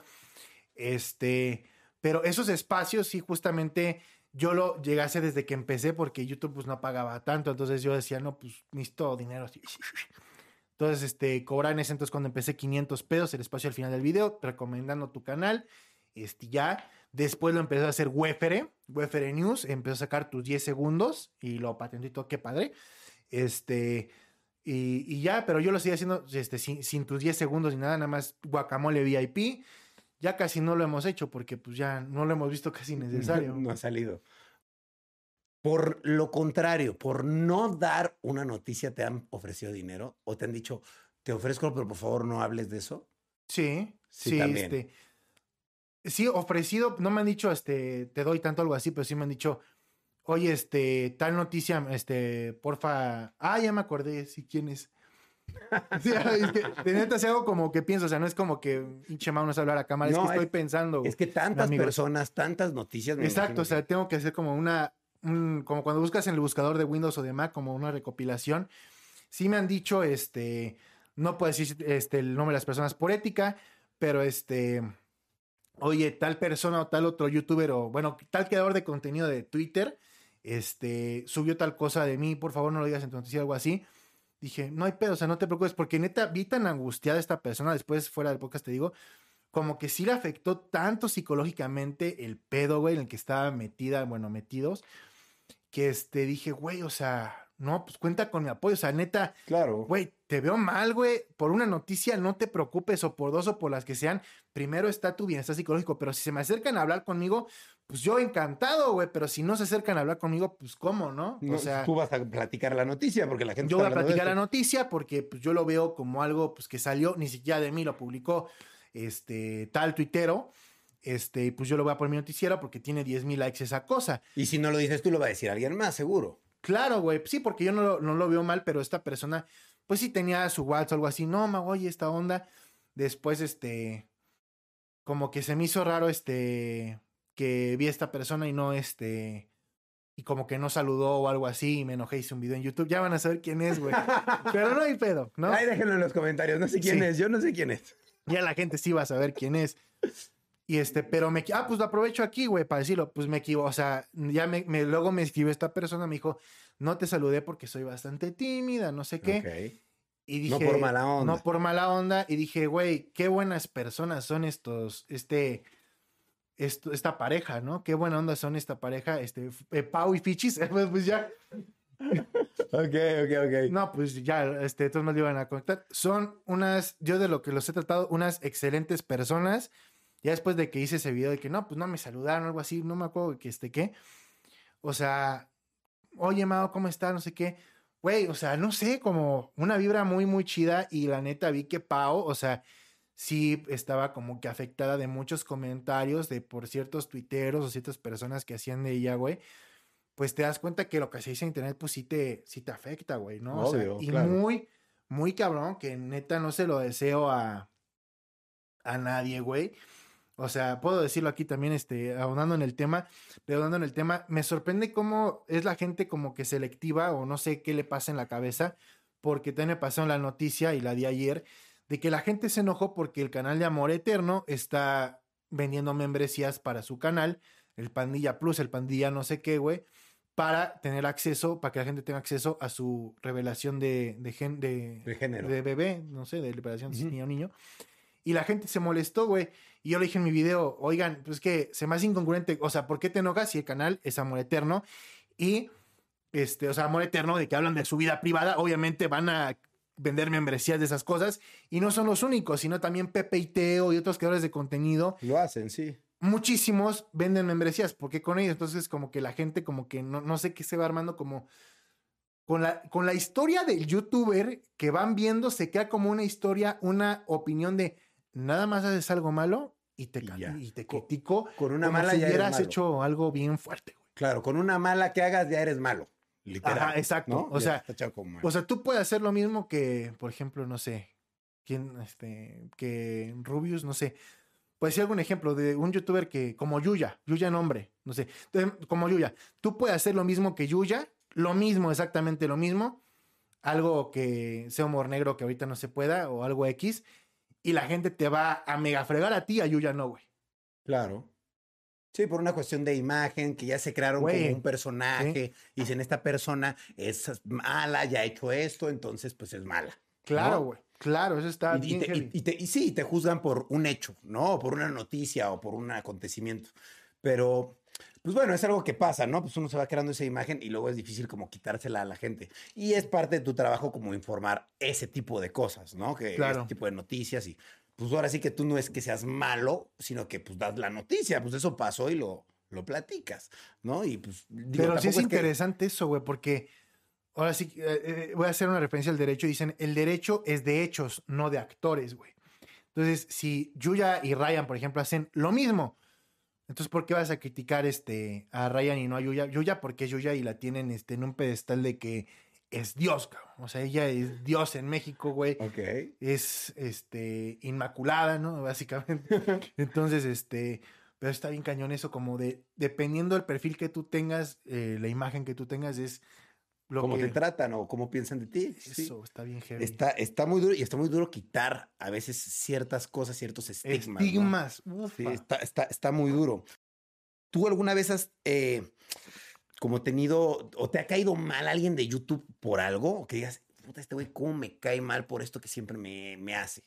Este, pero esos espacios sí, justamente yo lo llegué a hacer desde que empecé porque YouTube pues no pagaba tanto, entonces yo decía, no, pues necesito dinero. Así. Entonces, este, cobraba en ese entonces cuando empecé quinientos pesos el espacio al final del video, recomendando tu canal, este, ya. Después lo empezó a hacer Wefere, Wefere News, empezó a sacar tus diez segundos y lo patentó y todo, qué padre. Este, y, y ya, pero yo lo seguía haciendo este, sin, sin tus diez segundos ni nada, nada más Guacamole V I P. Ya casi no lo hemos hecho porque pues ya no lo hemos visto casi necesario. No ha salido. Por lo contrario, por no dar una noticia, ¿te han ofrecido dinero? ¿O te han dicho, te ofrezco, pero por favor no hables de eso? Sí, Sí, sí, también. este... Sí, ofrecido, no me han dicho, este, te doy tanto algo así, pero sí me han dicho, oye, este, tal noticia, este, porfa... Ah, ya me acordé, sí, ¿quién es? Sí, es que de neta es algo como que pienso, o sea, no es como que pinche Mau no sabe hablar a cámara, es No, que estoy es, pensando, es que tantas amigos. personas, tantas noticias, me Exacto, imagino o sea, que... tengo que hacer como una, un- como cuando buscas en el buscador de Windows o de Mac, como una recopilación. Sí me han dicho, este, no puedo decir este, el nombre de las personas por ética, pero este, oye, tal persona o tal otro youtuber o, bueno, tal creador de contenido de Twitter, este, subió tal cosa de mí, por favor no lo digas en tu noticia, algo así. Dije, no hay pedo, o sea, no te preocupes, porque neta vi tan angustiada esta persona, después fuera del podcast te digo, como que sí le afectó tanto psicológicamente el pedo, güey, en el que estaba metida, bueno, metidos, que este, dije, güey, o sea, no, pues cuenta con mi apoyo, o sea, neta, Claro. güey, te veo mal, güey, por una noticia no te preocupes, o por dos o por las que sean, primero está tu bienestar psicológico, pero si se me acercan a hablar conmigo, pues yo encantado, güey, pero si no se acercan a hablar conmigo, pues cómo, ¿no? O No, sea, tú vas a platicar la noticia porque la gente yo está voy a hablando de platicar la eso. noticia porque pues, yo lo veo como algo pues, que salió, ni siquiera de mí, lo publicó este tal tuitero, este, pues yo lo voy a poner mi noticiero porque tiene diez mil likes esa cosa. Y si no lo dices tú, lo va a decir alguien más, seguro. Claro, güey, sí, porque yo no lo, no lo veo mal, pero esta persona, pues sí tenía su WhatsApp o algo así, no, ma, oye, esta onda. Después, este, como que se me hizo raro, este, que vi a esta persona y no, este, y como que no saludó o algo así, y me enojé, hice un video en YouTube, ya van a saber quién es, güey. Pero no hay pedo, ¿no? Ahí déjenlo en los comentarios, no sé quién Sí. es, yo no sé quién es. Ya la gente sí va a saber quién es. Y este, pero me, ah, pues lo aprovecho aquí, güey, para decirlo, pues me equivoco, o sea, ya me, me- luego me escribió esta persona, me dijo, no te saludé porque soy bastante tímida, no sé qué. Ok. Y No dije, por mala onda. no por mala onda, y dije, güey, qué buenas personas son estos, este, esto, esta pareja, ¿no? Qué buena onda son esta pareja, este, eh, Pau y Fichis, pues, pues ya, Ok, ok, ok. no, pues ya, este, todos me lo iban a conectar. Son unas, yo de lo que los he tratado, unas excelentes personas. Ya después de que hice ese video de que no, pues no me saludaron, algo así, no me acuerdo que este qué. O sea, oye, Mao, ¿cómo está? No sé qué. Güey, o sea, no sé, como una vibra muy, muy chida. Y la neta vi que Pau, o sea, sí estaba como que afectada de muchos comentarios de por ciertos tuiteros o ciertas personas que hacían de ella, güey. Pues te das cuenta que lo que se dice en internet, pues sí te, sí te afecta, güey, ¿no? O sea, Obvio, y claro. muy, muy cabrón, que neta no se lo deseo a, a nadie, güey. O sea, puedo decirlo aquí también, este, ahondando en el tema, pero ahondando en el tema, me sorprende cómo es la gente como que selectiva o no sé qué le pasa en la cabeza, porque también me pasó en la noticia y la di ayer, de que la gente se enojó porque el canal de Amor Eterno está vendiendo membresías para su canal, el Pandilla Plus, el Pandilla no sé qué, güey, para tener acceso, para que la gente tenga acceso a su revelación de, de, gen, de, De género. de bebé, no sé, de revelación de Ujú. niño o niño. Y la gente se molestó, güey. Y yo le dije en mi video, oigan, pues que se me hace incongruente. O sea, ¿por qué te enojas si el canal es Amor Eterno? Y, este, o sea, Amor Eterno, de que hablan de su vida privada, obviamente van a vender membresías de esas cosas. Y no son los únicos, sino también Pepe y Teo y otros creadores de contenido. Lo hacen, sí. Muchísimos venden membresías. ¿Por qué con ellos? Entonces, como que la gente, como que no, no sé qué se va armando, como con la, con la historia del youtuber que van viendo, se queda como una historia, una opinión de nada más haces algo malo y te, Y ca- ya. y te Co- critico con una como mala si ya eres hubieras malo. hecho algo bien fuerte, güey. Claro, con una mala que hagas ya eres malo. Literal. Ajá, exacto. ¿no? O Ya sea, está echado como malo. O sea, tú puedes hacer lo mismo que, por ejemplo, no sé, quién, este, que Rubius, no sé. Puede ser algún ejemplo de un youtuber que, como Yuya, Yuya nombre, no sé. Entonces, como Yuya, tú puedes hacer lo mismo que Yuya, lo mismo, exactamente lo mismo, algo que sea humor negro que ahorita no se pueda, o algo X, y la gente te va a mega fregar a ti, a Yuya no, güey. Claro. Sí, por una cuestión de imagen, que ya se crearon Güey, como un personaje, y dicen, esta persona es mala, ya ha hecho esto, entonces pues es mala. Claro, ¿no? güey. Claro, eso está Y, y bien te, heavy. y, y te- y sí, te juzgan por un hecho, ¿no? O por una noticia o por un acontecimiento. Pero, pues bueno, es algo que pasa, ¿no? Pues uno se va creando esa imagen y luego es difícil como quitársela a la gente. Y es parte de tu trabajo como informar ese tipo de cosas, ¿no? Que Claro. este tipo de noticias y pues ahora sí que tú no es que seas malo, sino que pues das la noticia, pues eso pasó y lo, lo platicas, ¿no? Y pues, digo, Pero sí es tampoco interesante que... eso, güey, porque ahora sí eh, eh, voy a hacer una referencia al derecho. Dicen, el derecho es de hechos, no de actores, güey. Entonces, si Yuya y Ryan, por ejemplo, hacen lo mismo, entonces, ¿por qué vas a criticar este, a Ryan y no a Yuya? Yuya porque es Yuya y la tienen este, en un pedestal de que es Dios, cabrón. O sea, ella es Dios en México, güey. Ok. Es este, inmaculada, ¿no? Básicamente. Entonces, este, pero está bien cañón eso, como de, dependiendo del perfil que tú tengas, eh, la imagen que tú tengas es lo Cómo que... te tratan o cómo piensan de ti. Eso, Sí. está bien heavy. Está, está muy duro y está muy duro quitar a veces ciertas cosas, ciertos estigmas. Estigmas. ¿no? Ufa. Sí, está, está, está muy duro. ¿Tú alguna vez has eh, como tenido o te ha caído mal alguien de YouTube por algo? O que digas, puta, este güey, ¿cómo me cae mal por esto que siempre me, me hace?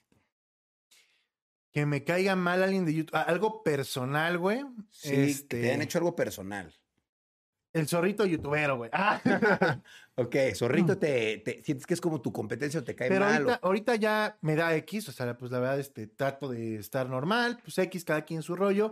Que me caiga mal alguien de YouTube. Algo personal, güey. Sí, este... que te hayan hecho algo personal. El zorrito youtubero, güey. Ah. Ok, zorrito, te, te sientes que es como tu competencia o te cae Pero mal. ahorita, o... ahorita ya me da X, o sea, pues la verdad, este, trato de estar normal, pues X, cada quien su rollo.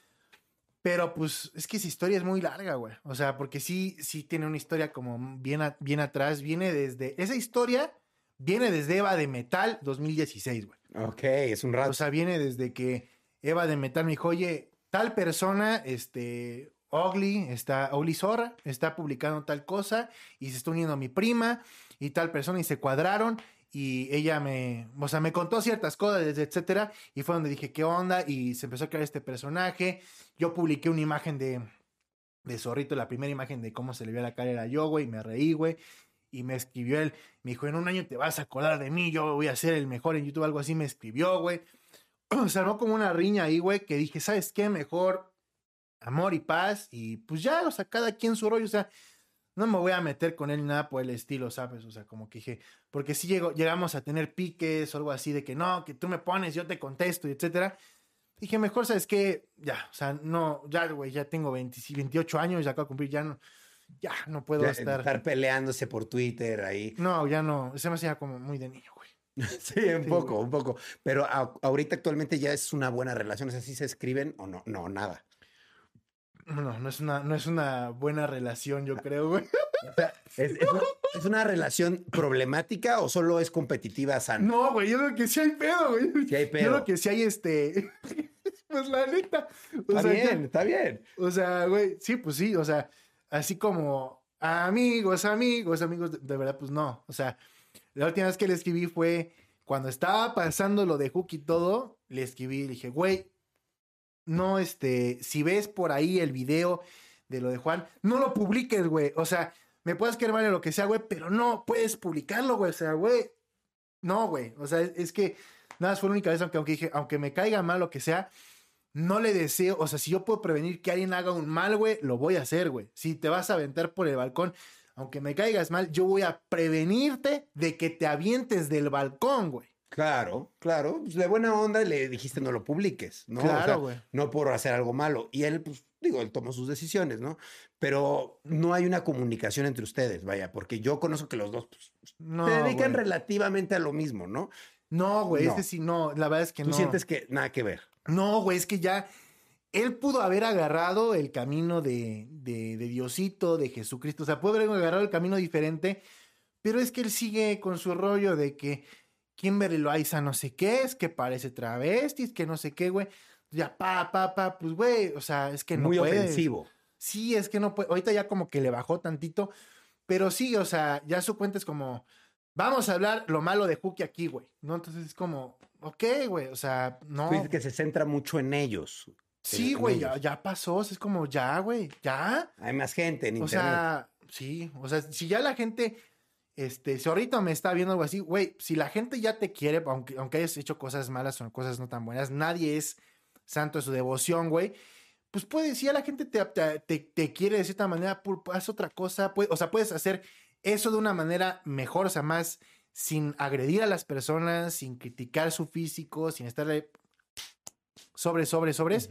Pero pues es que esa historia es muy larga, güey. O sea, porque sí, sí tiene una historia como bien, a, bien atrás. Viene desde, esa historia viene desde Eva de Metal dos mil dieciséis, güey. Ok, es un rato. O sea, viene desde que Eva de Metal me dijo, oye, tal persona, este, Ugly, está, Ugly Zorra, está publicando tal cosa y se está uniendo a mi prima y tal persona y se cuadraron y ella me, o sea, me contó ciertas cosas, etcétera, y fue donde dije, ¿qué onda? Y se empezó a crear este personaje. Yo publiqué una imagen de, de Zorrito, la primera imagen de cómo se le veía la cara era yo, güey, me reí, güey. Y me escribió él, me dijo, en un año te vas a acordar de mí, yo voy a ser el mejor en YouTube, algo así me escribió, güey. Se armó como una riña ahí, güey, que dije, ¿sabes qué? Mejor amor y paz, y pues ya, o sea, cada quien su rollo, o sea, no me voy a meter con él ni nada por el estilo, ¿sabes? O sea, como que dije, porque si llego, llegamos a tener piques o algo así de que no, que tú me pones, yo te contesto, y etcétera. Dije, mejor, ¿sabes qué? Ya, o sea, no, ya, güey, ya tengo veinte, veintiocho años, ya acabo de cumplir, ya no, ya no puedo Ya, estar... estar peleándose por Twitter ahí. No, ya no, se me hacía como muy de niño, güey. Sí, un Sí, poco, güey. un poco. Pero a- ahorita actualmente ya es una buena relación. O sea, ¿sí se escriben o no? No, nada. No, no es una, no es una buena relación, yo creo, güey. O sea, ¿es, es una, ¿es una relación problemática o solo es competitiva sana? No, güey, yo creo que sí hay pedo, güey. Sí hay Yo pedo. creo que sí hay este. Pues la neta. O Está sea, bien, ya- está bien. o sea, güey, sí, pues sí, o sea, así como amigos, amigos, amigos, de, de verdad, pues no. O sea, la última vez que le escribí fue cuando estaba pasando lo de Hook y todo, le escribí, le dije, güey, no, este, si ves por ahí el video de lo de Juan, no lo publiques, güey. O sea, me puedes querer mal en lo que sea, güey, pero no puedes publicarlo, güey. O sea, güey, no, güey. O sea, es, es que nada, más fue la única vez, aunque, aunque dije, aunque me caiga mal lo que sea, no le deseo, o sea, si yo puedo prevenir que alguien haga un mal, güey, lo voy a hacer, güey. Si te vas a aventar por el balcón, aunque me caigas mal, yo voy a prevenirte de que te avientes del balcón, güey. Claro, claro. Pues de buena onda le dijiste no lo publiques, ¿no? Claro, O sea, güey. no por hacer algo malo. Y él, pues, digo, él tomó sus decisiones, ¿no? Pero no hay una comunicación entre ustedes, vaya, porque yo conozco que los dos pues, No, se dedican güey. relativamente a lo mismo, ¿no? No, güey, No. este sí, no, la verdad es que Tú no. sientes que nada que ver. No, güey, es que ya él pudo haber agarrado el camino de, de, de Diosito, de Jesucristo, o sea, pudo haber agarrado el camino diferente, pero es que él sigue con su rollo de que Kimberly Loaiza no sé qué es, que parece travestis, que no sé qué, güey. Ya, pa, pa, pa, pues, güey, o sea, es que no Muy puedes. ofensivo. Sí, es que no puede. Ahorita ya como que le bajó tantito, pero sí, o sea, ya su cuenta es como, vamos a hablar lo malo de Juki aquí, güey, ¿no? Entonces es como, ok, güey, o sea, no. Tú dices que se centra mucho en ellos. Sí, en güey, ya, ellos. ya pasó, es como, ya, güey, ya. Hay más gente en O internet. sea, sí, o sea, si ya la gente, este, si ahorita me está viendo algo así, güey, si la gente ya te quiere, aunque, aunque hayas hecho cosas malas o cosas no tan buenas, nadie es santo de su devoción, güey. Pues puedes, si ya la gente te, te, te, te quiere de cierta manera, pues, haz otra cosa, pues, o sea, puedes hacer eso de una manera mejor, o sea, más sin agredir a las personas, sin criticar su físico, sin estarle sobre, sobre, sobres. Ujú.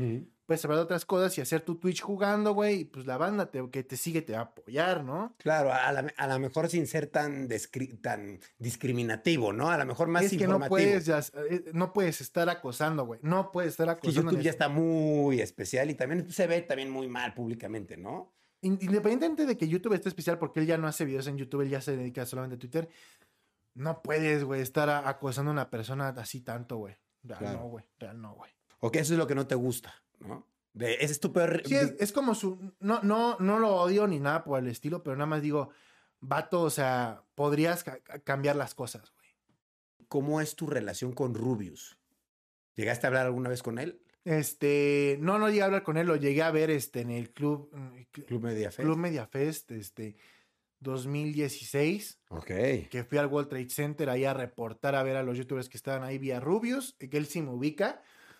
puedes hablar de otras cosas y hacer tu Twitch jugando, güey, y pues la banda te, que te sigue te va a apoyar, ¿no? Claro, a la, a la mejor sin ser tan, descri- tan discriminativo, ¿no? A lo mejor más Es que informativo. no puedes, ya, eh, no puedes estar acosando, güey. No puedes estar Es que acosando. YouTube en ya eso. está muy especial y también se ve también muy mal públicamente, ¿no? Independientemente de que YouTube esté especial, porque él ya no hace videos en YouTube, él ya se dedica solamente a Twitter, no puedes, güey, estar a- acosando a una persona así tanto, güey. Real Claro. no, güey. Real no, güey. O que eso es lo que no te gusta, ¿no? De, ese es tu peor... Sí, es, es como su... No, no, no lo odio ni nada por el estilo, pero nada más digo, vato, o sea, podrías ca- cambiar las cosas, güey. ¿Cómo es tu relación con Rubius? ¿Llegaste a hablar alguna vez con él? Este, no, no llegué a hablar con él, lo llegué a ver este, en el club, Club Media Fest. Club Media Fest, este, dos mil dieciséis, Ok. que fui al World Trade Center ahí a reportar a ver a los youtubers que estaban ahí vía Rubius, que él sí me ubica,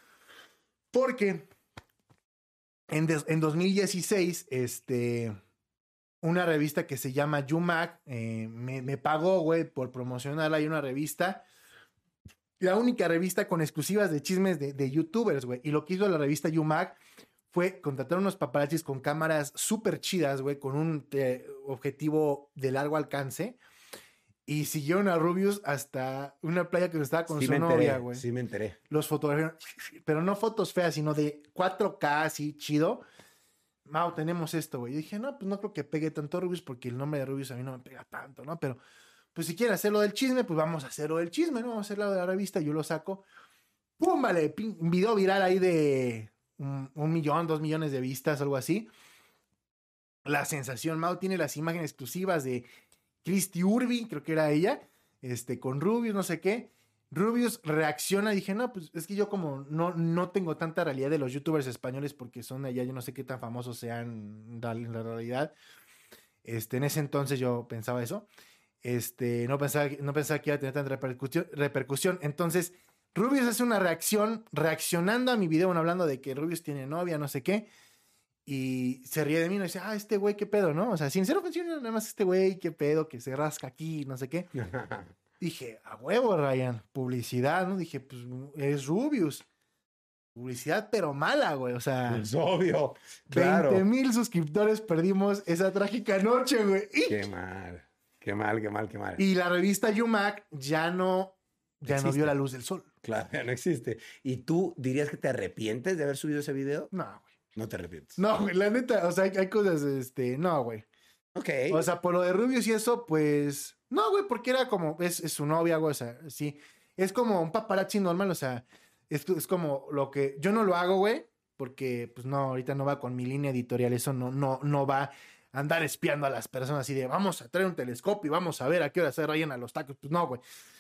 porque en, des- en dos mil dieciséis, este, una revista que se llama YouMag eh, me, me pagó, güey, por promocionarla. Hay una revista, la única revista con exclusivas de chismes de, de youtubers, güey. Y lo que hizo la revista YouMag fue contratar unos paparazzis con cámaras súper chidas, güey, con un eh, objetivo de largo alcance. Y siguieron a Rubius hasta una playa que estaba con Sí su me novia, enteré, güey. sí me enteré. Los fotografiaron, pero no fotos feas, sino de cuatro K, así, chido. Mau, tenemos esto, güey. Y dije, no, pues no creo que pegue tanto Rubius, porque el nombre de Rubius a mí no me pega tanto, ¿no? Pero, pues si quiere hacerlo del chisme, pues vamos a hacerlo del chisme, ¿no? Vamos a hacerlo de la revista, yo lo saco. ¡Pum! Vale, pin- un video viral ahí de un, un millón, dos millones de vistas, algo así. La sensación, Mau tiene las imágenes exclusivas de Christy Urbi, creo que era ella, este, con Rubius, no sé qué. Rubius reacciona y dije, no, pues es que yo como no, no tengo tanta realidad de los youtubers españoles porque son de allá, yo no sé qué tan famosos sean en la realidad. Este, en ese entonces yo pensaba eso. Este, no pensaba, no pensaba que iba a tener tanta repercusión, repercusión. Entonces, Rubius hace una reacción, reaccionando a mi video, bueno, hablando de que Rubius tiene novia, no sé qué. Y se ríe de mí y dice, ah, este güey, qué pedo, ¿no? O sea, sin ser ofensivo, nada más este güey, qué pedo, que se rasca aquí, no sé qué. Dije, a huevo, Ryan, publicidad, ¿no? Dije, pues es Rubius. Publicidad, pero mala, güey. O sea, Es obvio. Claro. veinte mil suscriptores perdimos esa trágica noche, güey. Qué mal. Qué mal, qué mal, qué mal. Y la revista YouMag ya no, ya no Existe. vio la luz del sol. Claro, ya no existe. ¿Y tú dirías que te arrepientes de haber subido ese video? No, güey. No te arrepientes. No, güey, la neta, o sea, hay, hay cosas, este, no, güey. Ok. O sea, por lo de Rubius y eso, pues, no, güey, porque era como, es, es su novia, güey, o sea, sí. Es como un paparazzi normal, o sea, es, es como lo que, yo no lo hago, güey, porque, pues, no, ahorita no va con mi línea editorial, eso no, no, no va a andar espiando a las personas así de, vamos a traer un telescopio y vamos a ver a qué hora se rayan a los tacos, pues, no, güey.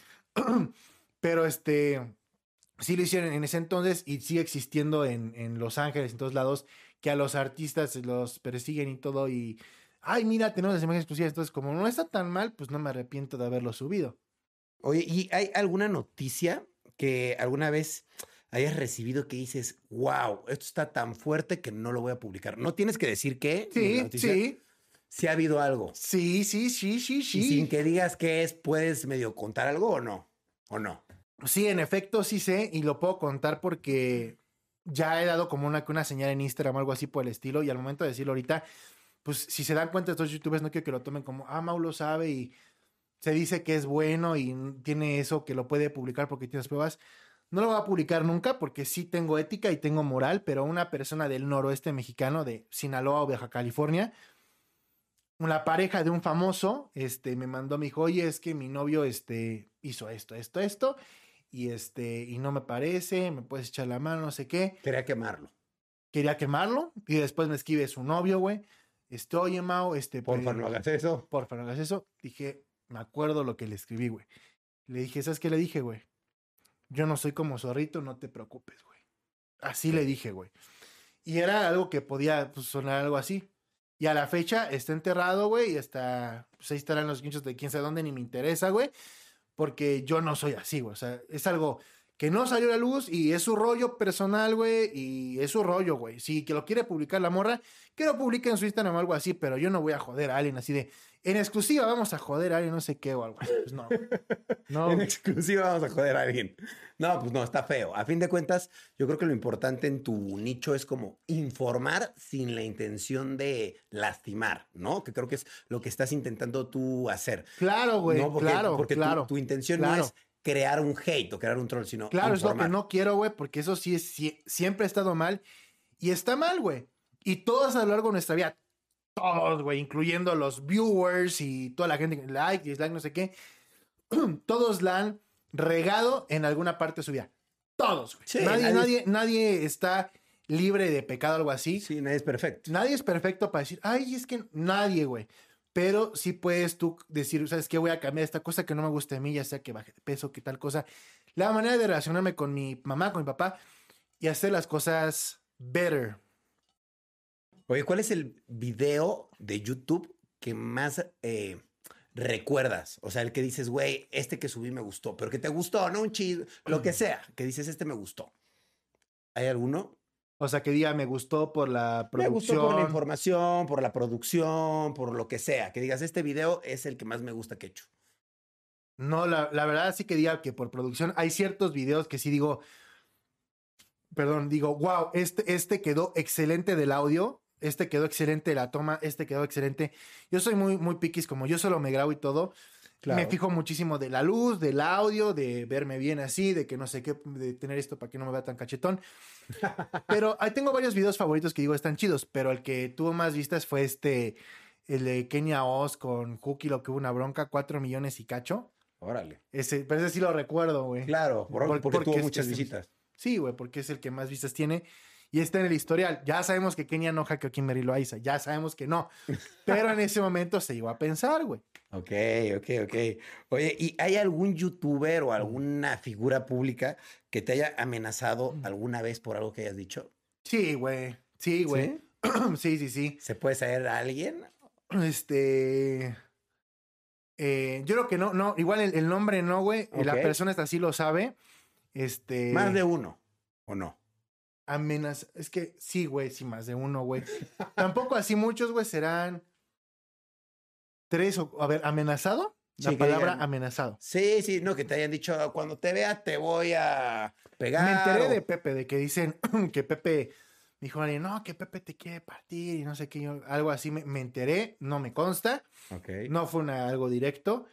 Pero, este, sí lo hicieron en ese entonces y sigue existiendo en, en Los Ángeles, en todos lados, que a los artistas los persiguen y todo y, ay, mira, tenemos las imágenes exclusivas. Entonces, como no está tan mal, pues no me arrepiento de haberlo subido. Oye, ¿y hay alguna noticia que alguna vez hayas recibido que dices, wow, esto está tan fuerte que no lo voy a publicar? No tienes que decir qué. en la Sí, noticia. sí, Si ha habido algo. sí, sí, sí, sí, Y sin sí. que digas qué es, ¿puedes medio contar algo o no? ¿O no? Sí, en efecto, sí sé y lo puedo contar porque ya he dado como una, una señal en Instagram o algo así por el estilo y al momento de decirlo ahorita, pues si se dan cuenta estos youtubers, no quiero que lo tomen como, ah, Mau lo sabe y se dice que es bueno y tiene eso que lo puede publicar porque tienes pruebas. No lo voy a publicar nunca porque sí tengo ética y tengo moral, pero una persona del noroeste mexicano, de Sinaloa o Baja California, la pareja de un famoso, este, me mandó, me dijo, oye, es que mi novio, este, hizo esto, esto, esto, y este, y no me parece, me puedes echar la mano, no sé qué. Quería quemarlo. Quería quemarlo, y después me escribe su novio, güey. Este, oye, Mau, este, Porfa, pues, no hagas eso. porfa, no hagas eso. Dije, me acuerdo lo que le escribí, güey. Le dije, ¿sabes qué le dije, güey? Yo no soy como Zorrito, no te preocupes, güey. Así le dije, güey. Y era algo que podía pues, sonar algo así. Y a la fecha está enterrado, güey, y está, pues ahí estarán los guinchos de quién sabe dónde, ni me interesa, güey, porque yo no soy así, güey. O sea, es algo que no salió a la luz y es su rollo personal, güey, y es su rollo, güey. Si que lo quiere publicar la morra, que lo publique en su Instagram o algo así, pero yo no voy a joder a alguien así de, en exclusiva vamos a joder a alguien, no sé qué o algo así. Pues no. No. En exclusiva vamos a joder a alguien. No, pues no, está feo. A fin de cuentas, yo creo que lo importante en tu nicho es como informar sin la intención de lastimar, ¿no? Que creo que es lo que estás intentando tú hacer. Claro, güey, ¿no? Porque, claro, porque claro. tu, tu intención claro. no es crear un hate o crear un troll, sino Claro, informar. es lo que no quiero, güey, porque eso sí, es, sí siempre ha estado mal y está mal, güey. Y todos a lo largo de nuestra vida, todos, güey, incluyendo los viewers y toda la gente que like, dislike, no sé qué, todos la han regado en alguna parte de su vida. Todos, güey. Sí, nadie, nadie- nadie, nadie está libre de pecado o algo así. Sí, nadie es perfecto. Nadie es perfecto para decir, ay, es que nadie, güey. Pero sí puedes tú decir, ¿sabes qué? Voy a cambiar esta cosa que no me gusta de mí, ya sea que baje de peso, que tal cosa. La manera de relacionarme con mi mamá, con mi papá y hacer las cosas better. Oye, ¿cuál es el video de YouTube que más eh, recuerdas? O sea, el que dices, güey, este que subí me gustó, pero que te gustó, no un chis, lo que sea, que dices, este me gustó. ¿Hay alguno? O sea, que diga, me gustó por la Me producción. gustó por la información, por la producción, por lo que sea. Que digas, este video es el que más me gusta que he hecho. No, la, la verdad sí que diga que por producción hay ciertos videos que sí digo, perdón, digo, wow, este, este quedó excelente del audio, este quedó excelente de la toma, este quedó excelente. Yo soy muy, muy piquis, como yo solo me grabo y todo. Claro. Me fijo muchísimo de la luz, del audio, de verme bien así, de que no sé qué, de tener esto para que no me vea tan cachetón. Pero ahí tengo varios videos favoritos que digo están chidos, pero el que tuvo más vistas fue este, el de Kenia Oz con Cookie, lo que hubo una bronca, cuatro millones y cacho. Órale. Ese, pero ese sí lo recuerdo, güey. Claro, por- Por- porque, tuvo es- muchas es- visitas. Sí, güey, porque es el que más vistas tiene. Y está en el historial. Ya sabemos que Kenia no hackeó a Kimberly Loaiza. Ya sabemos que no. Pero en ese momento se llegó a pensar, güey. Ok, ok, ok. Oye, ¿y hay algún youtuber o alguna figura pública que te haya amenazado alguna vez por algo que hayas dicho? Sí, güey. Sí, güey. Sí, sí, sí. ¿Se puede saber a alguien? Este. eh, yo creo que no, no. Igual el, el nombre no, güey. La Ok. persona esta sí lo sabe. Este. Más de uno, ¿o no? Amenaza. Es que sí, güey, sí, más de uno, güey. Tampoco así muchos, güey, serán tres o. A ver, amenazado. La Sí, que palabra digan- amenazado. Sí, sí, no, que te hayan dicho, cuando te vea te voy a pegar. Me enteré o- de Pepe, de que dicen que Pepe me dijo alguien, no, que Pepe te quiere partir y no sé qué, yo- algo así. Me, me enteré, no me consta, Ok. no fue una- algo directo.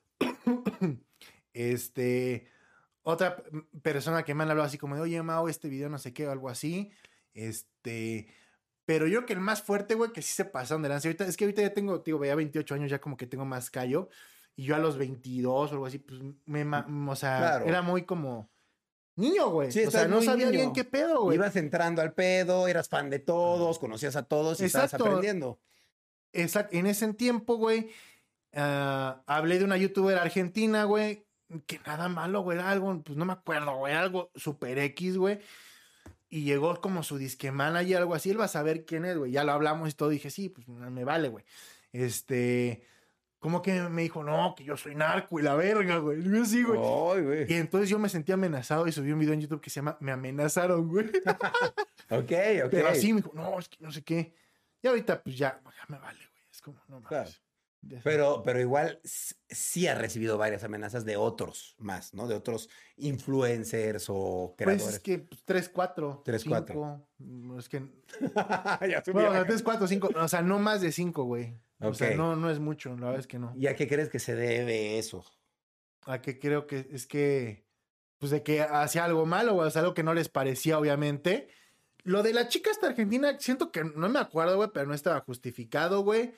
este, otra p- persona que me han hablado así como de, oye, Mau, este video no sé qué, o algo así. Este, pero yo creo que el más fuerte, güey, que sí se pasaron de lanza. Ahorita, es que ahorita ya tengo, digo, ya veintiocho años, ya como que tengo más callo. Y yo a los veintidós o algo así, pues, me, ma- o sea, Claro. era muy como niño, güey. Sí, o sea, estás no muy sabía niño. bien qué pedo, güey. Ibas entrando al pedo, eras fan de todos, conocías a todos y estabas Exacto. aprendiendo. Exacto. En ese tiempo, güey, ah, hablé de una youtuber argentina, güey, que nada malo, güey, era algo, pues no me acuerdo, güey, algo super X, güey. Y llegó como su disque manager, algo así, él va a saber quién es, güey. Ya lo hablamos y todo, dije, sí, pues me vale, güey. Este, como que me dijo, no, que yo soy narco y la verga, güey. Y yo, sí, güey. Ay, güey. Y entonces yo me sentí amenazado y subí un video en YouTube que se llama Me amenazaron, güey. Ok, ok. Pero así me dijo, no, es que no sé qué. Y ahorita, pues ya, ya me vale, güey. Es como, no mames. Claro. Ya sé. Pero, pero igual s- sí ha recibido varias amenazas de otros más, ¿no? De otros influencers o Pues creadores. es que pues, tres, cuatro. Tres, cinco, cuatro. mm, Es que. Ya subió Bueno, la- tres, cuatro, cinco. O sea, no más de cinco, güey. O sea, Ok. no, no es mucho, la verdad es que no. ¿Y a qué crees que se debe eso? A que creo que es que. Pues de que hacía algo malo, o sea, algo que no les parecía, obviamente. Lo de la chica esta argentina, siento que no me acuerdo, güey, pero no estaba justificado, güey.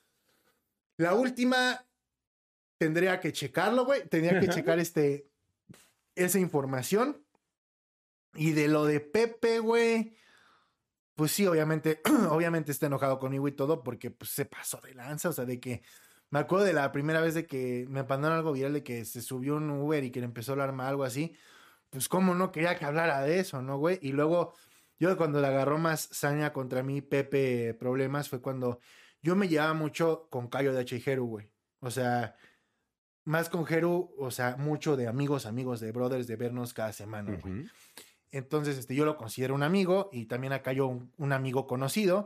La última tendría que checarlo, güey. Tendría que checar este esa información. Y de lo de Pepe, güey. Pues sí, obviamente, obviamente está enojado conmigo y todo, porque pues se pasó de lanza. O sea, de que me acuerdo de la primera vez de que me mandaron algo viral de que se subió un Uber y que le empezó a hablar mal, algo así. Pues cómo no quería que hablara de eso, ¿no, güey? Y luego, yo cuando le agarró más saña contra mí, Pepe, problemas, fue cuando yo me llevaba mucho con Cayo de H. güey. O sea, más con Jero, o sea, mucho de amigos, amigos de brothers, de vernos cada semana, güey. Uh-huh. Entonces, este, yo lo considero un amigo y también acá yo un, un amigo conocido.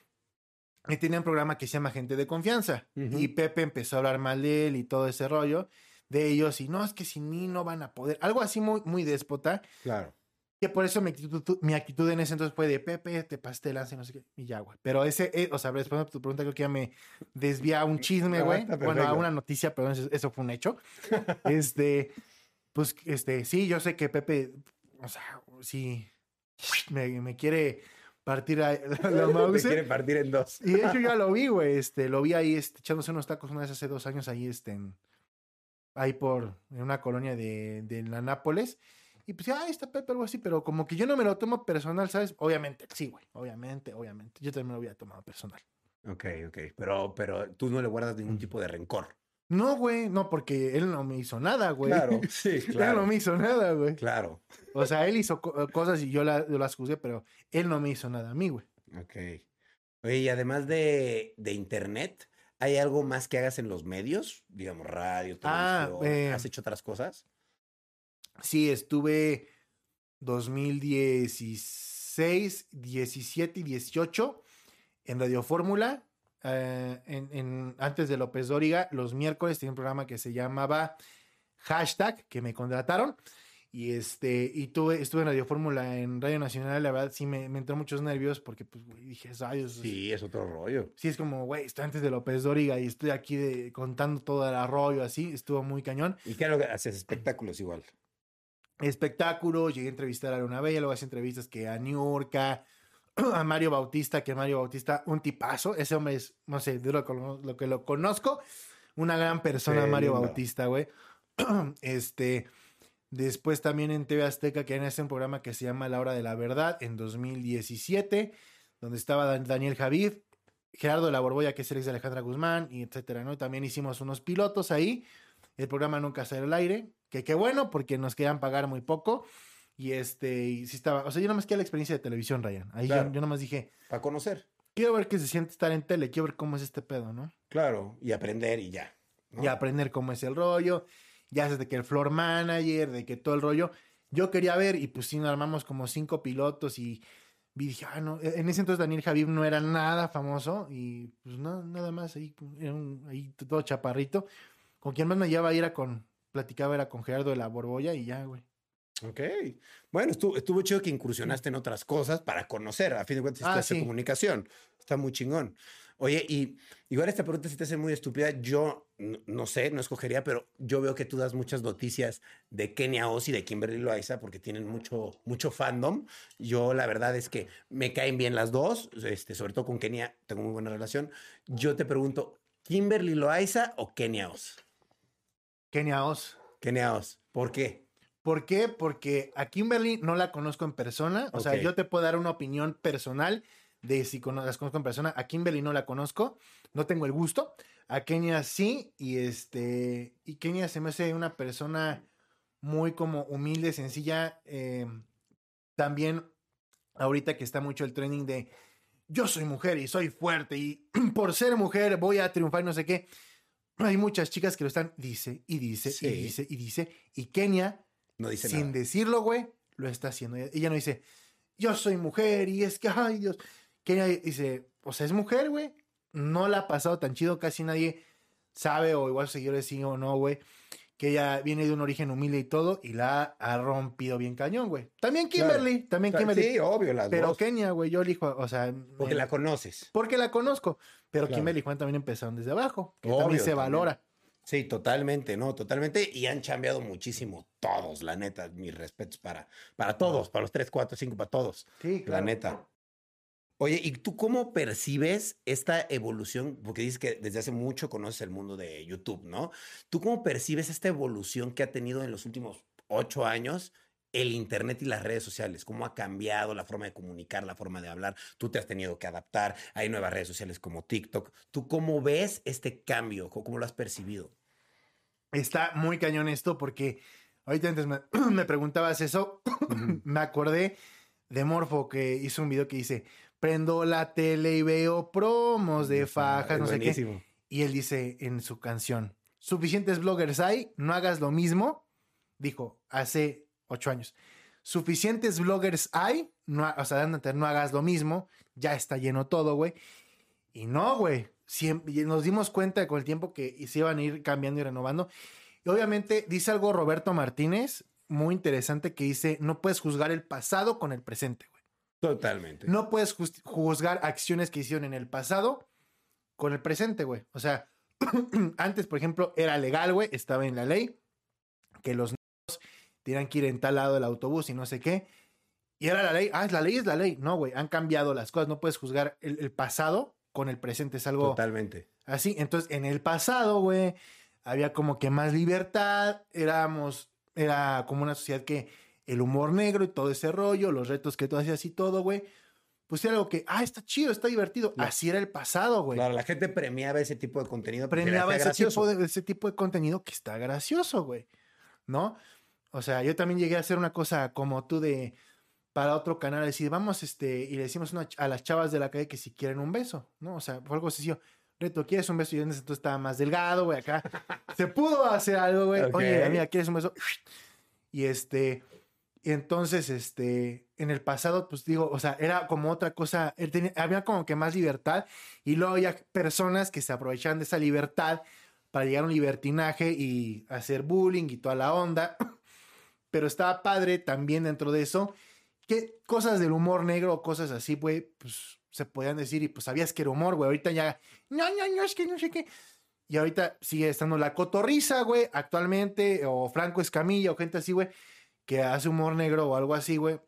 Y tenía un programa que se llama Gente de Confianza. Uh-huh. Y Pepe empezó a hablar mal de él y todo ese rollo de ellos. Y no, es que sin mí no van a poder. Algo así muy, muy déspota. Claro. Que por eso mi actitud, mi actitud en ese entonces fue de Pepe, te pastelas y no sé qué. Y ya, güey. Pero ese, eh, o sea, respondiendo a tu pregunta, creo que ya me desvía a un chisme, güey. No, bueno, a una noticia, pero eso, eso fue un hecho. este, pues, este, sí, yo sé que Pepe, o sea, sí, me, me quiere partir a la mouse. Te quiere partir en dos. Y de hecho ya lo vi, güey. Este, lo vi ahí, este, echándose unos tacos una vez hace dos años ahí, este, en, ahí por, en una colonia de, de la Nápoles. Y pues, ah, está Pepe, algo así, pero como que yo no me lo tomo personal, ¿sabes? Obviamente, sí, güey, obviamente, obviamente. Yo también me lo hubiera tomado personal. Ok, ok, pero, pero tú no le guardas ningún tipo de rencor. No, güey, no, porque él no me hizo nada, güey. Claro, sí, claro. Él no me hizo nada, güey. Claro. O sea, él hizo co- cosas y yo, la, yo las juzgué, pero él no me hizo nada a mí, güey. Ok. Oye, y además de, de internet, ¿hay algo más que hagas en los medios? Digamos, radio, televisión. Ah, eh, ¿has hecho otras cosas? Sí, estuve dos mil dieciséis, diecisiete y dieciocho en Radio Fórmula. Uh, en, en, antes de López Dóriga, los miércoles tenía un programa que se llamaba Hashtag, que me contrataron. Y este, y tuve, estuve en Radio Fórmula en Radio Nacional. La verdad, sí me, me entró muchos nervios porque, pues, güey, dije, rayos. Sí, es otro rollo. Sí, es como, güey, estoy antes de López Dóriga y estoy aquí de, contando todo el arroyo, así. Estuvo muy cañón. ¿Y qué era lo que haces? Espectáculos igual. Espectáculos, llegué a entrevistar a Luna Bella, luego hacía entrevistas que a Niurka, a Mario Bautista, que Mario Bautista, un tipazo. Ese hombre es, no sé, de lo, lo que lo conozco, una gran persona, sí, Mario lindo. Bautista, güey. Este, después también en T V Azteca, que hace un programa que se llama La Hora de la Verdad, en dos mil diecisiete, donde estaba Daniel Javid, Gerardo de la Borbolla, que es el ex de Alejandra Guzmán, y etcétera, ¿no? También hicimos unos pilotos ahí. El programa nunca salió al aire, que qué bueno, porque nos querían pagar muy poco. Y este, y sí estaba, o sea, yo nomás quería la experiencia de televisión, Ryan. Ahí claro. yo, yo nomás dije, para conocer. Quiero ver qué se siente estar en tele, quiero ver cómo es este pedo, ¿no? Claro, y aprender y ya, ¿no? Y aprender cómo es el rollo, ya desde que el floor manager, de que todo el rollo. Yo quería ver, y pues sí, nos armamos como cinco pilotos y vi, dije, ah, no, en ese entonces Daniel Javid no era nada famoso, y pues no, nada más, ahí, era un, ahí todo chaparrito. Con quien más me llevaba era con, platicaba era con Gerardo de la Borbolla y ya, güey. Ok. Bueno, estuvo, estuvo chido que incursionaste en otras cosas para conocer. A fin de cuentas, ah, sí. comunicación. Está muy chingón. Oye, y igual esta pregunta sí te hace muy estúpida. Yo no, no sé, no escogería, pero yo veo que tú das muchas noticias de Kenia Oz y de Kimberly Loaiza porque tienen mucho, mucho fandom. Yo la verdad es que me caen bien las dos, este, sobre todo con Kenia tengo muy buena relación. Yo te pregunto, ¿Kimberly Loaiza o Kenia Oz? Kenia Oz. Kenia Oz. ¿Por qué? ¿Por qué? Porque a Kimberly no la conozco en persona. O okay. sea, yo te puedo dar una opinión personal de si con, las conozco en persona. A Kimberly no la conozco. No tengo el gusto. A Kenia sí. Y este. Y Kenia se me hace una persona muy como humilde, sencilla. Eh, también ahorita que está mucho el trending de yo soy mujer y soy fuerte. Y por ser mujer voy a triunfar y no sé qué. Hay muchas chicas que lo están, dice y dice sí. y dice y dice. Y Kenia, no dice sin nada. decirlo, güey, lo está haciendo. Ella no dice, yo soy mujer y es que, ay, Dios. Kenia dice, o sea, es mujer, güey. No la ha pasado tan chido, casi nadie sabe, o igual seguidores sí o no, güey, que ella viene de un origen humilde y todo, y la ha rompido bien cañón, güey. También Kimberly, claro. también Kimberly. Sí, obvio, las Pero dos. Kenia, güey, yo elijo, o sea... Porque me, la conoces. Porque la conozco. Pero claro. Kimberly y Juan también empezaron desde abajo, que obvio, también se también. valora. Sí, totalmente, ¿no? Totalmente. Y han cambiado muchísimo todos, la neta. Mis respetos para, para todos, para los tres, cuatro, cinco, para todos. Sí, claro. La neta. Oye, ¿y tú cómo percibes esta evolución? Porque dices que desde hace mucho conoces el mundo de YouTube, ¿no? ¿Tú cómo percibes esta evolución que ha tenido en los últimos ocho años el internet y las redes sociales? ¿Cómo ha cambiado la forma de comunicar, la forma de hablar? Tú te has tenido que adaptar. Hay nuevas redes sociales como TikTok. ¿Tú cómo ves este cambio? ¿Cómo lo has percibido? Está muy cañón esto porque ahorita antes me, me preguntabas eso. Uh-huh. Me acordé de Morfo que hizo un video que dice, prendo la tele y veo promos de fajas, no sé qué. Y él dice en su canción, Suficientes bloggers hay, no hagas lo mismo. Dijo, hace ocho años. Suficientes bloggers hay, no, o sea, no hagas lo mismo. Ya está lleno todo, güey. Y no, güey. Siempre, nos dimos cuenta con el tiempo que se iban a ir cambiando y renovando. Y obviamente dice algo Roberto Martínez, muy interesante, que dice, no puedes juzgar el pasado con el presente, güey. Totalmente. No puedes juzgar acciones que hicieron en el pasado con el presente, güey. O sea, antes, por ejemplo, era legal, güey, estaba en la ley, que los niños tenían que ir en tal lado del autobús y no sé qué. Y era la ley, ah, la ley es la ley. No, güey, han cambiado las cosas. No puedes juzgar el, el pasado con el presente, es algo totalmente así. Entonces, en el pasado, güey, había como que más libertad, éramos, era como una sociedad que el humor negro y todo ese rollo, los retos que tú hacías y todo, güey, pues era algo que, ah, está chido, está divertido. Claro. Así era el pasado, güey. Claro, la gente premiaba ese tipo de contenido. Premiaba ese tipo de, ese tipo de contenido que está gracioso, güey, ¿no? O sea, yo también llegué a hacer una cosa como tú de... para otro canal, decir, vamos, este, y le decimos una, a las chavas de la calle que si quieren un beso, ¿no? O sea, fue algo sencillo. Reto, ¿quieres un beso? Y entonces estaba más delgado, güey, acá. Se pudo hacer algo, güey. Okay. Oye, amiga, ¿quieres un beso? Y este, y entonces, este, en el pasado, pues digo, o sea, era como otra cosa, tenía, había como que más libertad, y luego había personas que se aprovechaban de esa libertad para llegar a un libertinaje y hacer bullying y toda la onda. Pero estaba padre también dentro de eso, que cosas del humor negro o cosas así, güey, pues se podían decir y pues sabías que era humor, güey. Ahorita ya, no, no, no, es que no sé qué. Y ahorita sigue estando la cotorriza, güey, actualmente, o Franco Escamilla, o gente así, güey, que hace humor negro o algo así, güey.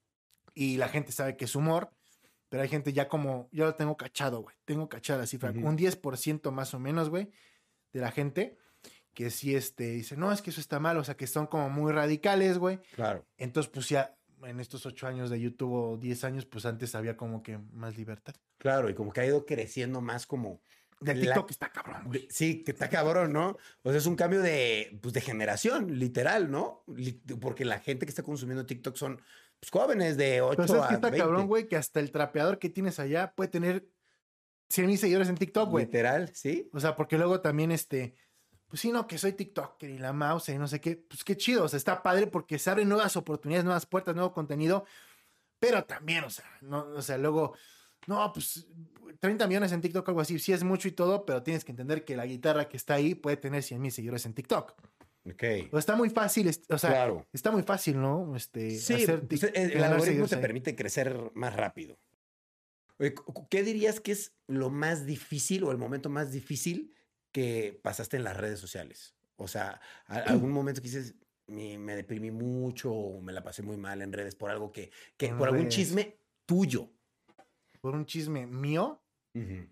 Y la gente sabe que es humor, pero hay gente ya como, yo lo tengo cachado, güey. Tengo cachada la cifra. Uh-huh. Un diez por ciento más o menos, güey, de la gente que sí, este, dice, no, es que eso está mal, o sea, que son como muy radicales, güey. Claro. Entonces, pues ya... en estos ocho años de YouTube o diez años, pues antes había como que más libertad. Claro, y como que ha ido creciendo más como... De TikTok la... está cabrón, güey. Sí, que está cabrón, ¿no? O sea, es un cambio de, pues, de generación, literal, ¿no? Porque la gente que está consumiendo TikTok son pues, jóvenes de ocho Pero ¿sabes a qué está veinte? Cabrón, güey, que hasta el trapeador que tienes allá puede tener cien mil seguidores en TikTok, güey. Literal, sí. O sea, porque luego también, este... pues sí, no, que soy TikToker y la mouse y no sé qué. Pues qué chido, o sea, está padre porque se abren nuevas oportunidades, nuevas puertas, nuevo contenido. Pero también, o sea, no, o sea, luego, no, pues treinta millones en TikTok, algo así, sí es mucho y todo, pero tienes que entender que la guitarra que está ahí puede tener cien mil seguidores en TikTok. Ok. O sea, está muy fácil, o sea, claro. Está muy fácil, ¿no? Este, sí, hacer pues el, el algoritmo te ahí. permite crecer más rápido. Oye, ¿qué dirías que es lo más difícil o el momento más difícil que pasaste en las redes sociales? O sea, algún momento que dices, me, me deprimí mucho o me la pasé muy mal en redes por algo que, que por redes. algún chisme tuyo. ¿Por un chisme mío? Uh-huh.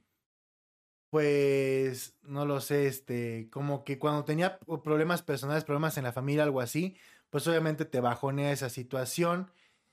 Pues, no lo sé, este, como que cuando tenía problemas personales, problemas en la familia, algo así, pues obviamente te bajonea esa situación.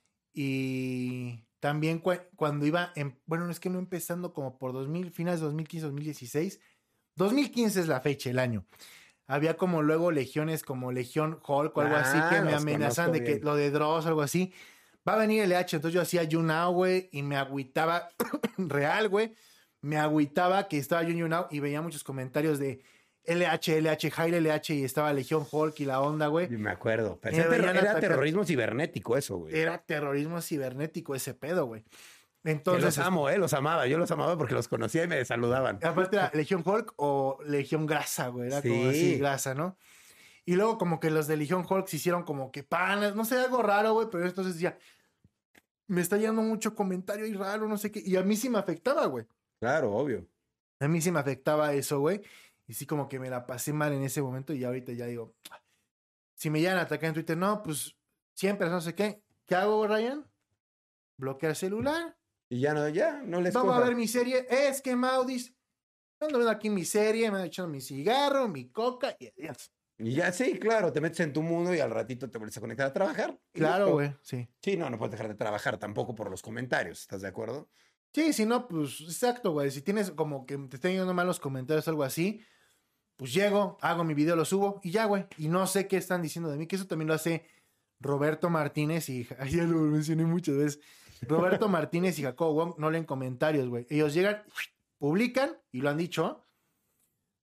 Y también cu- cuando iba, en, bueno, es que no empezando como por dos mil, finales de dos mil quince, dos mil dieciséis, dos mil quince es la fecha, el año. Había como luego legiones como Legión Hulk o algo ah, así que me amenazan de bien. que lo de Dross o algo así. Va a venir el H, entonces yo hacía YouNow, güey, y me agüitaba real, güey. Me agüitaba que estaba yo en YouNow y veía muchos comentarios de L H, L H, Jail L H y estaba Legión Hulk y la onda, güey. Me acuerdo. Pensé me era atacar. terrorismo cibernético eso, güey. Era terrorismo cibernético ese pedo, güey. Entonces, que los amo, eh, los amaba. Yo los amaba porque los conocía y me saludaban. Aparte era Legión Hulk o Legión Grasa, güey. Era sí. como así, grasa, ¿no? Y luego como que los de Legión Hulk se hicieron como que panas, no sé, algo raro, güey, pero entonces ya me está llegando mucho comentario y raro, no sé qué. Y a mí sí me afectaba, güey. Claro, obvio. A mí sí me afectaba eso, güey. Y sí como que me la pasé mal en ese momento y ahorita ya digo, si me llegan a atacar en Twitter, no, pues siempre no sé qué. ¿Qué hago, Ryan? Bloquear celular. Y ya no, ya, no les Vamos coja. a ver mi serie. Es que Maudis, ando viendo aquí mi serie, me han echado mi cigarro, mi coca y adiós. Y ya sí, claro, te metes en tu mundo y al ratito te vuelves a conectar a trabajar. Claro, güey, sí. Sí, no, no puedes dejar de trabajar tampoco por los comentarios, ¿estás de acuerdo? Sí, si no, pues exacto, güey. Si tienes como que te están yendo mal los comentarios o algo así, pues llego, hago mi video, lo subo y ya, güey. Y no sé qué están diciendo de mí, que eso también lo hace Roberto Martínez y ya lo mencioné muchas veces. Roberto Martínez y Jacobo Wong no leen comentarios, güey. Ellos llegan, publican y lo han dicho.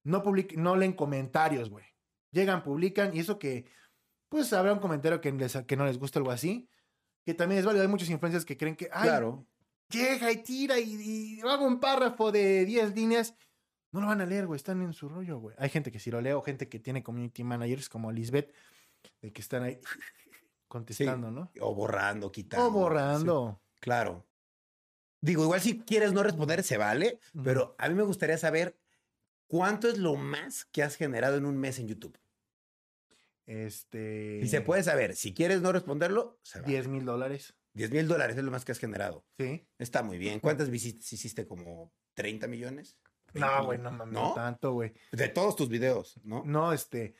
no, public no leen comentarios, güey. Llegan, publican, y eso que, pues habrá un comentario que, les, que no les gusta, algo así, que también es válido. Hay muchas influencias que creen que, ay, Claro. llega y tira y, y hago un párrafo de diez líneas. No lo van a leer, güey, están en su rollo, güey. Hay gente que sí lo lee, o gente que tiene community managers como Lisbeth, de que están ahí contestando, Sí. ¿no? O borrando, quitando. O borrando. Sí, claro. Digo, igual si quieres no responder, se vale, Ujú. pero a mí me gustaría saber cuánto es lo más que has generado en un mes en YouTube. Este. Y se puede saber, si quieres no responderlo, se vale. diez mil dólares. diez mil dólares es lo más que has generado. Sí. Está muy bien. ¿Cuántas visitas hiciste? ¿Como treinta millones? No, güey, no mames, no ¿No? tanto, güey. De todos tus videos, ¿no? No, este.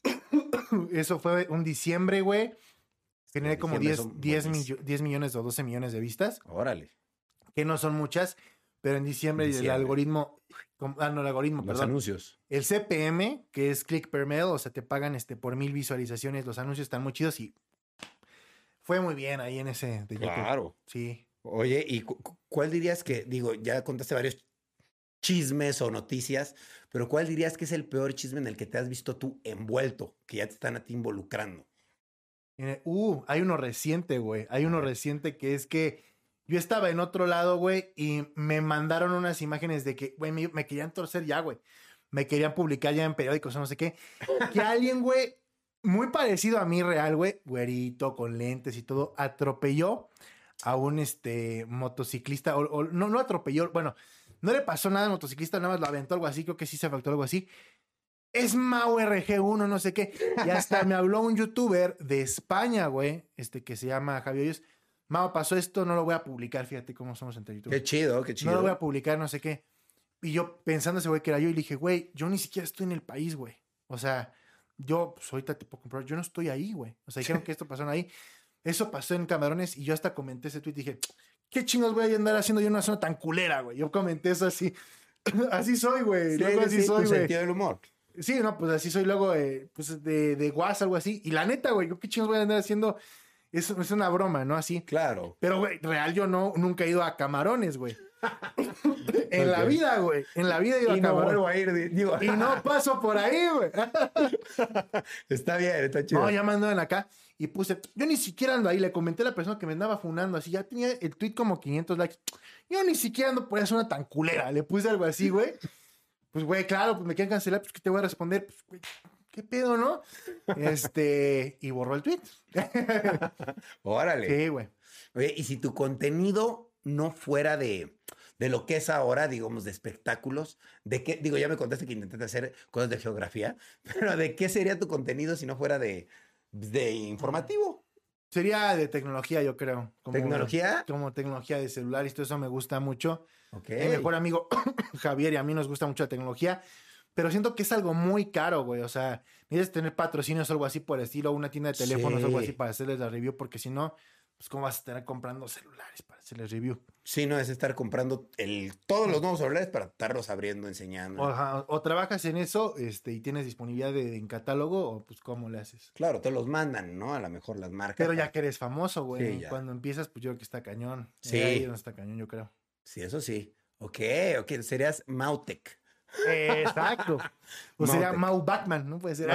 Eso fue un diciembre, güey. Generé En como diciembre diez, son diez, buenísimos. millo- diez millones o doce millones de vistas, Órale. que no son muchas, pero en diciembre, En el diciembre. algoritmo, com- ah, no, el algoritmo, Los perdón. anuncios. El C P M, que es click per mail, o sea, te pagan este por mil visualizaciones, los anuncios están muy chidos y fue muy bien ahí en ese de YouTube. Claro. Sí. Oye, ¿y cu- cu- cuál dirías que, digo, ya contaste varios chismes o noticias, pero cuál dirías que es el peor chisme en el que te has visto tú envuelto, que ya te están a ti involucrando? Eh, Uh, hay uno reciente, güey. Hay uno reciente que es que yo estaba en otro lado, güey, y me mandaron unas imágenes de que, güey, me, me querían torcer ya, güey. Me querían publicar ya en periódicos o no sé qué. Que alguien, güey, muy parecido a mí real, güey, güerito, con lentes y todo, atropelló a un este motociclista, o, o no, no atropelló, bueno, no le pasó nada al motociclista, nada más lo aventó algo así, creo que sí se afectó algo así. Es Mau R G uno, no sé qué. Y hasta me habló un youtuber de España, güey, este que se llama Javier Hoyos. Mau, pasó esto, no lo voy a publicar, fíjate cómo somos entre youtubers. Qué chido, qué chido. No lo voy a publicar, no sé qué. Y yo pensando ese güey que era yo, y le dije, güey, yo ni siquiera estoy en el país, güey. O sea, yo, pues ahorita te puedo comprar, yo no estoy ahí, güey. O sea, dijeron que esto pasó ahí. Eso pasó en Camarones y yo hasta comenté ese tweet y dije, ¿qué chingos voy a andar haciendo yo en una zona tan culera, güey? Yo comenté eso así. Así soy, güey. Sí, Luego así sí, soy, tu güey. sentido del humor. Sí, no, pues así soy luego eh, pues de, de guas, algo así. Y la neta, güey, yo qué chingos voy a andar haciendo. Es, es una broma, ¿no? Así. Claro. Pero, güey, real, yo no, nunca he ido a Camarones, güey. En la Ok. vida, güey. En la vida he ido Y a no Camarones. vuelvo a ir, di- digo. Y no paso por ahí, güey. Está bien, está chido. No, ya me andaban acá y puse, yo ni siquiera ando ahí, le comenté a la persona que me andaba funando, así, ya tenía el tweet como quinientos likes. Yo ni siquiera ando por esa zona tan culera, le puse algo así, güey. Pues, güey, claro, pues me quieren cancelar, pues, ¿qué te voy a responder? Pues, güey, ¿qué pedo, no? Este, y borró el tweet. Órale. Sí, güey. Oye, y si tu contenido no fuera de, de lo que es ahora, digamos, de espectáculos, ¿de qué? Digo, ya me contaste que intentaste hacer cosas de geografía, pero ¿de qué sería tu contenido si no fuera de, de informativo? Sería de tecnología, yo creo. Como, ¿Tecnología? Como tecnología de celular y todo eso me gusta mucho. Ok. Mi mejor amigo Javier y a mí nos gusta mucho la tecnología, pero siento que es algo muy caro, güey. O sea, necesitas tener patrocinios o algo así por el estilo, una tienda de teléfonos o algo Sí. así para hacerles la review, porque si no, pues cómo vas a estar comprando celulares para hacerles review. Sí, no es estar comprando el, todos los nuevos celulares para estarlos abriendo, enseñando. O, ajá, o trabajas en eso este, y tienes disponibilidad de, en catálogo, o pues cómo le haces. Claro, te los mandan, ¿no? A lo mejor las marcas. Pero ya para- que eres famoso, güey. Sí, ya. Cuando empiezas, pues yo creo que está cañón. Sí. Eh, Ahí es donde está cañón, yo creo. Sí, eso sí. Ok, ok. Serías Mautec. Exacto. O sería Mautec. Mau Backman, ¿no? Puede ser.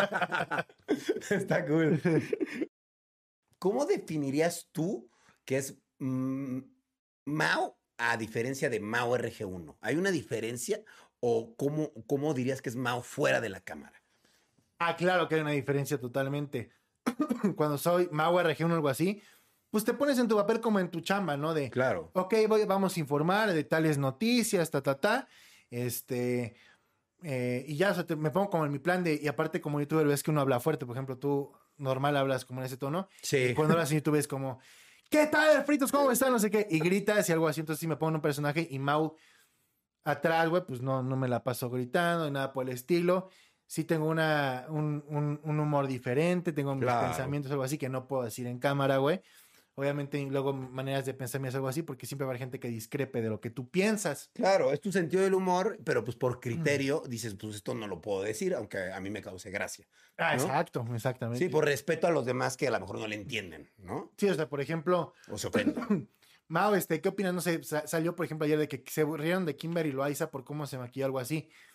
Está cool. ¿Cómo definirías tú que es mm, Mao a diferencia de Mao R G uno? ¿Hay una diferencia o cómo, cómo dirías que es Mao fuera de la cámara? Ah, claro que hay una diferencia totalmente. Cuando soy Mau R G uno o algo así, pues te pones en tu papel como en tu chamba, ¿no? De, Claro. ok, voy, vamos a informar de tales noticias, ta, ta, ta. Este, eh, y ya, o sea, te- me pongo como en mi plan de, y aparte como youtuber ves que uno habla fuerte, por ejemplo, tú normal hablas como en ese tono, Sí. y cuando hablas en YouTube es como, ¿qué tal, fritos? ¿Cómo están? No sé qué, y gritas y algo así, entonces sí me pongo en un personaje y Mau atrás, güey, pues no, no me la paso gritando, ni nada por el estilo. Sí tengo una, un, un, un humor diferente, tengo mis Claro. pensamientos, algo así que no puedo decir en cámara, güey. Obviamente, y luego maneras de pensar mías, algo así, porque siempre va a haber gente que discrepe de lo que tú piensas. Claro, es tu sentido del humor, pero pues por criterio dices, pues esto no lo puedo decir, aunque a mí me cause gracia. Ah, ¿no? exacto, exactamente. Sí, por respeto a los demás que a lo mejor no le entienden, ¿no? Sí, o sea, por ejemplo, O se ofenden. Mao, este, ¿qué opinas? No sé, sa- salió, por ejemplo, ayer de que se rieron de Kimberly Loaiza por cómo se maquilló, algo así.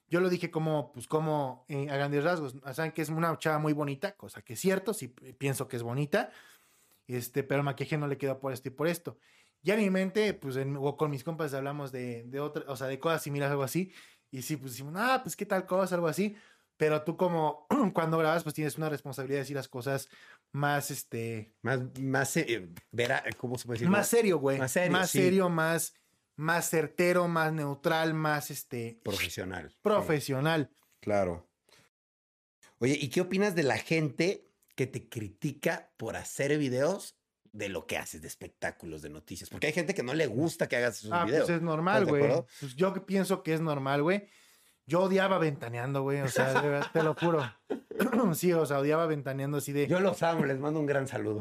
yo lo dije como, pues como eh, a grandes rasgos. Saben que es una chava muy bonita, cosa que es cierto, sí pienso que es bonita, este, pero el maquillaje no le quedó por esto y por esto. Y en mi mente, pues en, o con mis compas hablamos de, de otra, o sea, de cosas similares, algo así. Y sí, pues decimos, ah, pues qué tal cosa, algo así. Pero tú como cuando grabas, pues tienes una responsabilidad de decir las cosas más, este... Más, más, eh, verá, ¿cómo se puede decir? Más serio, güey. Más serio, Más sí. serio, más, más certero, más neutral, más, este... Profesional. Profesional. Sí. Claro. Oye, ¿y qué opinas de la gente que te critica por hacer videos de lo que haces, de espectáculos, de noticias? Porque hay gente que no le gusta que hagas esos Ah, videos. pues es normal, ¿Estás de güey. acuerdo? Pues yo que pienso que es normal, güey. Yo odiaba Ventaneando, güey. O sea, de verdad, te lo juro. Sí, o sea, odiaba Ventaneando así de... Yo los amo, les mando un gran saludo.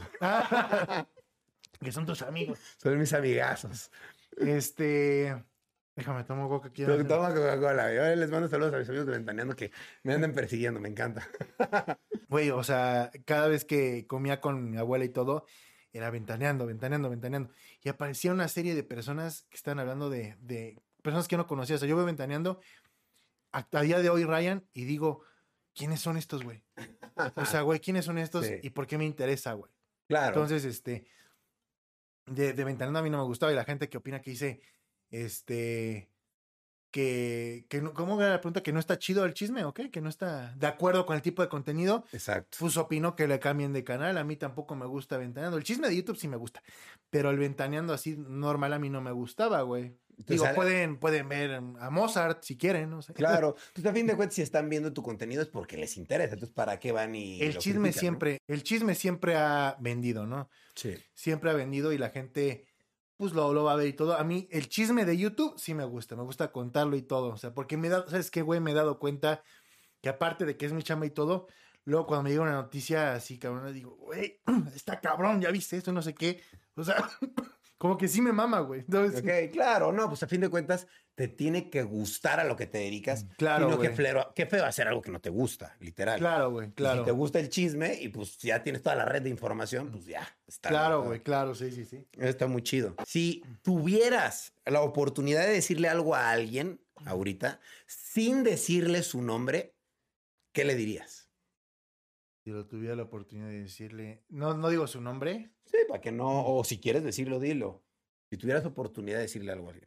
Que son tus amigos. Son mis amigazos. Este... Déjame, tomo coca aquí. Toma Coca-Cola. Yo les mando saludos a mis amigos de Ventaneando que me andan persiguiendo, me encanta. Güey, o sea, cada vez que comía con mi abuela y todo, era Ventaneando, Ventaneando, Ventaneando. Y aparecía una serie de personas que estaban hablando de, de personas que yo no conocía. O sea, yo veo Ventaneando a, a día de hoy, Ryan, y digo, ¿quiénes son estos, güey? O sea, güey, ¿quiénes son estos? Sí. ¿Y por qué me interesa, güey? Claro. Entonces, este, de, de Ventaneando a mí no me gustaba y la gente que opina que dice, este... que, que no, ¿cómo era la pregunta? ¿Que no está chido el chisme o qué? ¿Que no está de acuerdo con el tipo de contenido? Exacto. Pues opino que le cambien de canal. A mí tampoco me gusta Ventaneando. El chisme de YouTube sí me gusta, pero el Ventaneando así normal a mí no me gustaba, güey. Digo, sea, pueden, pueden ver a Mozart si quieren, no sé. Claro. Pues a fin de cuentas, si están viendo tu contenido es porque les interesa. Entonces, ¿para qué van y El lo chisme critican, siempre, ¿no? el chisme siempre ha vendido, ¿no? Sí. Siempre ha vendido y la gente... pues lo, lo va a ver y todo. A mí el chisme de YouTube sí me gusta, me gusta contarlo y todo. O sea, porque me da, ¿sabes qué, güey? Me he dado cuenta que aparte de que es mi chamba y todo, luego cuando me llega una noticia así, cabrón, digo, güey, está cabrón, ya viste esto, no sé qué. O sea, como que sí me mama, güey. Entonces, ok, claro, no, pues a fin de cuentas te tiene que gustar a lo que te dedicas. Claro, y no güey. qué, flero, qué feo hacer algo que no te gusta, literal. Claro, güey, claro. Y si te gusta el chisme y pues ya tienes toda la red de información, pues ya está. Claro, güey, claro, sí, sí, sí. Está muy chido. Si tuvieras la oportunidad de decirle algo a alguien ahorita, sin decirle su nombre, ¿qué le dirías? Si lo tuviera la oportunidad de decirle, no, no digo su nombre. Sí, para que no, o si quieres decirlo, dilo. Si tuvieras oportunidad de decirle algo a alguien.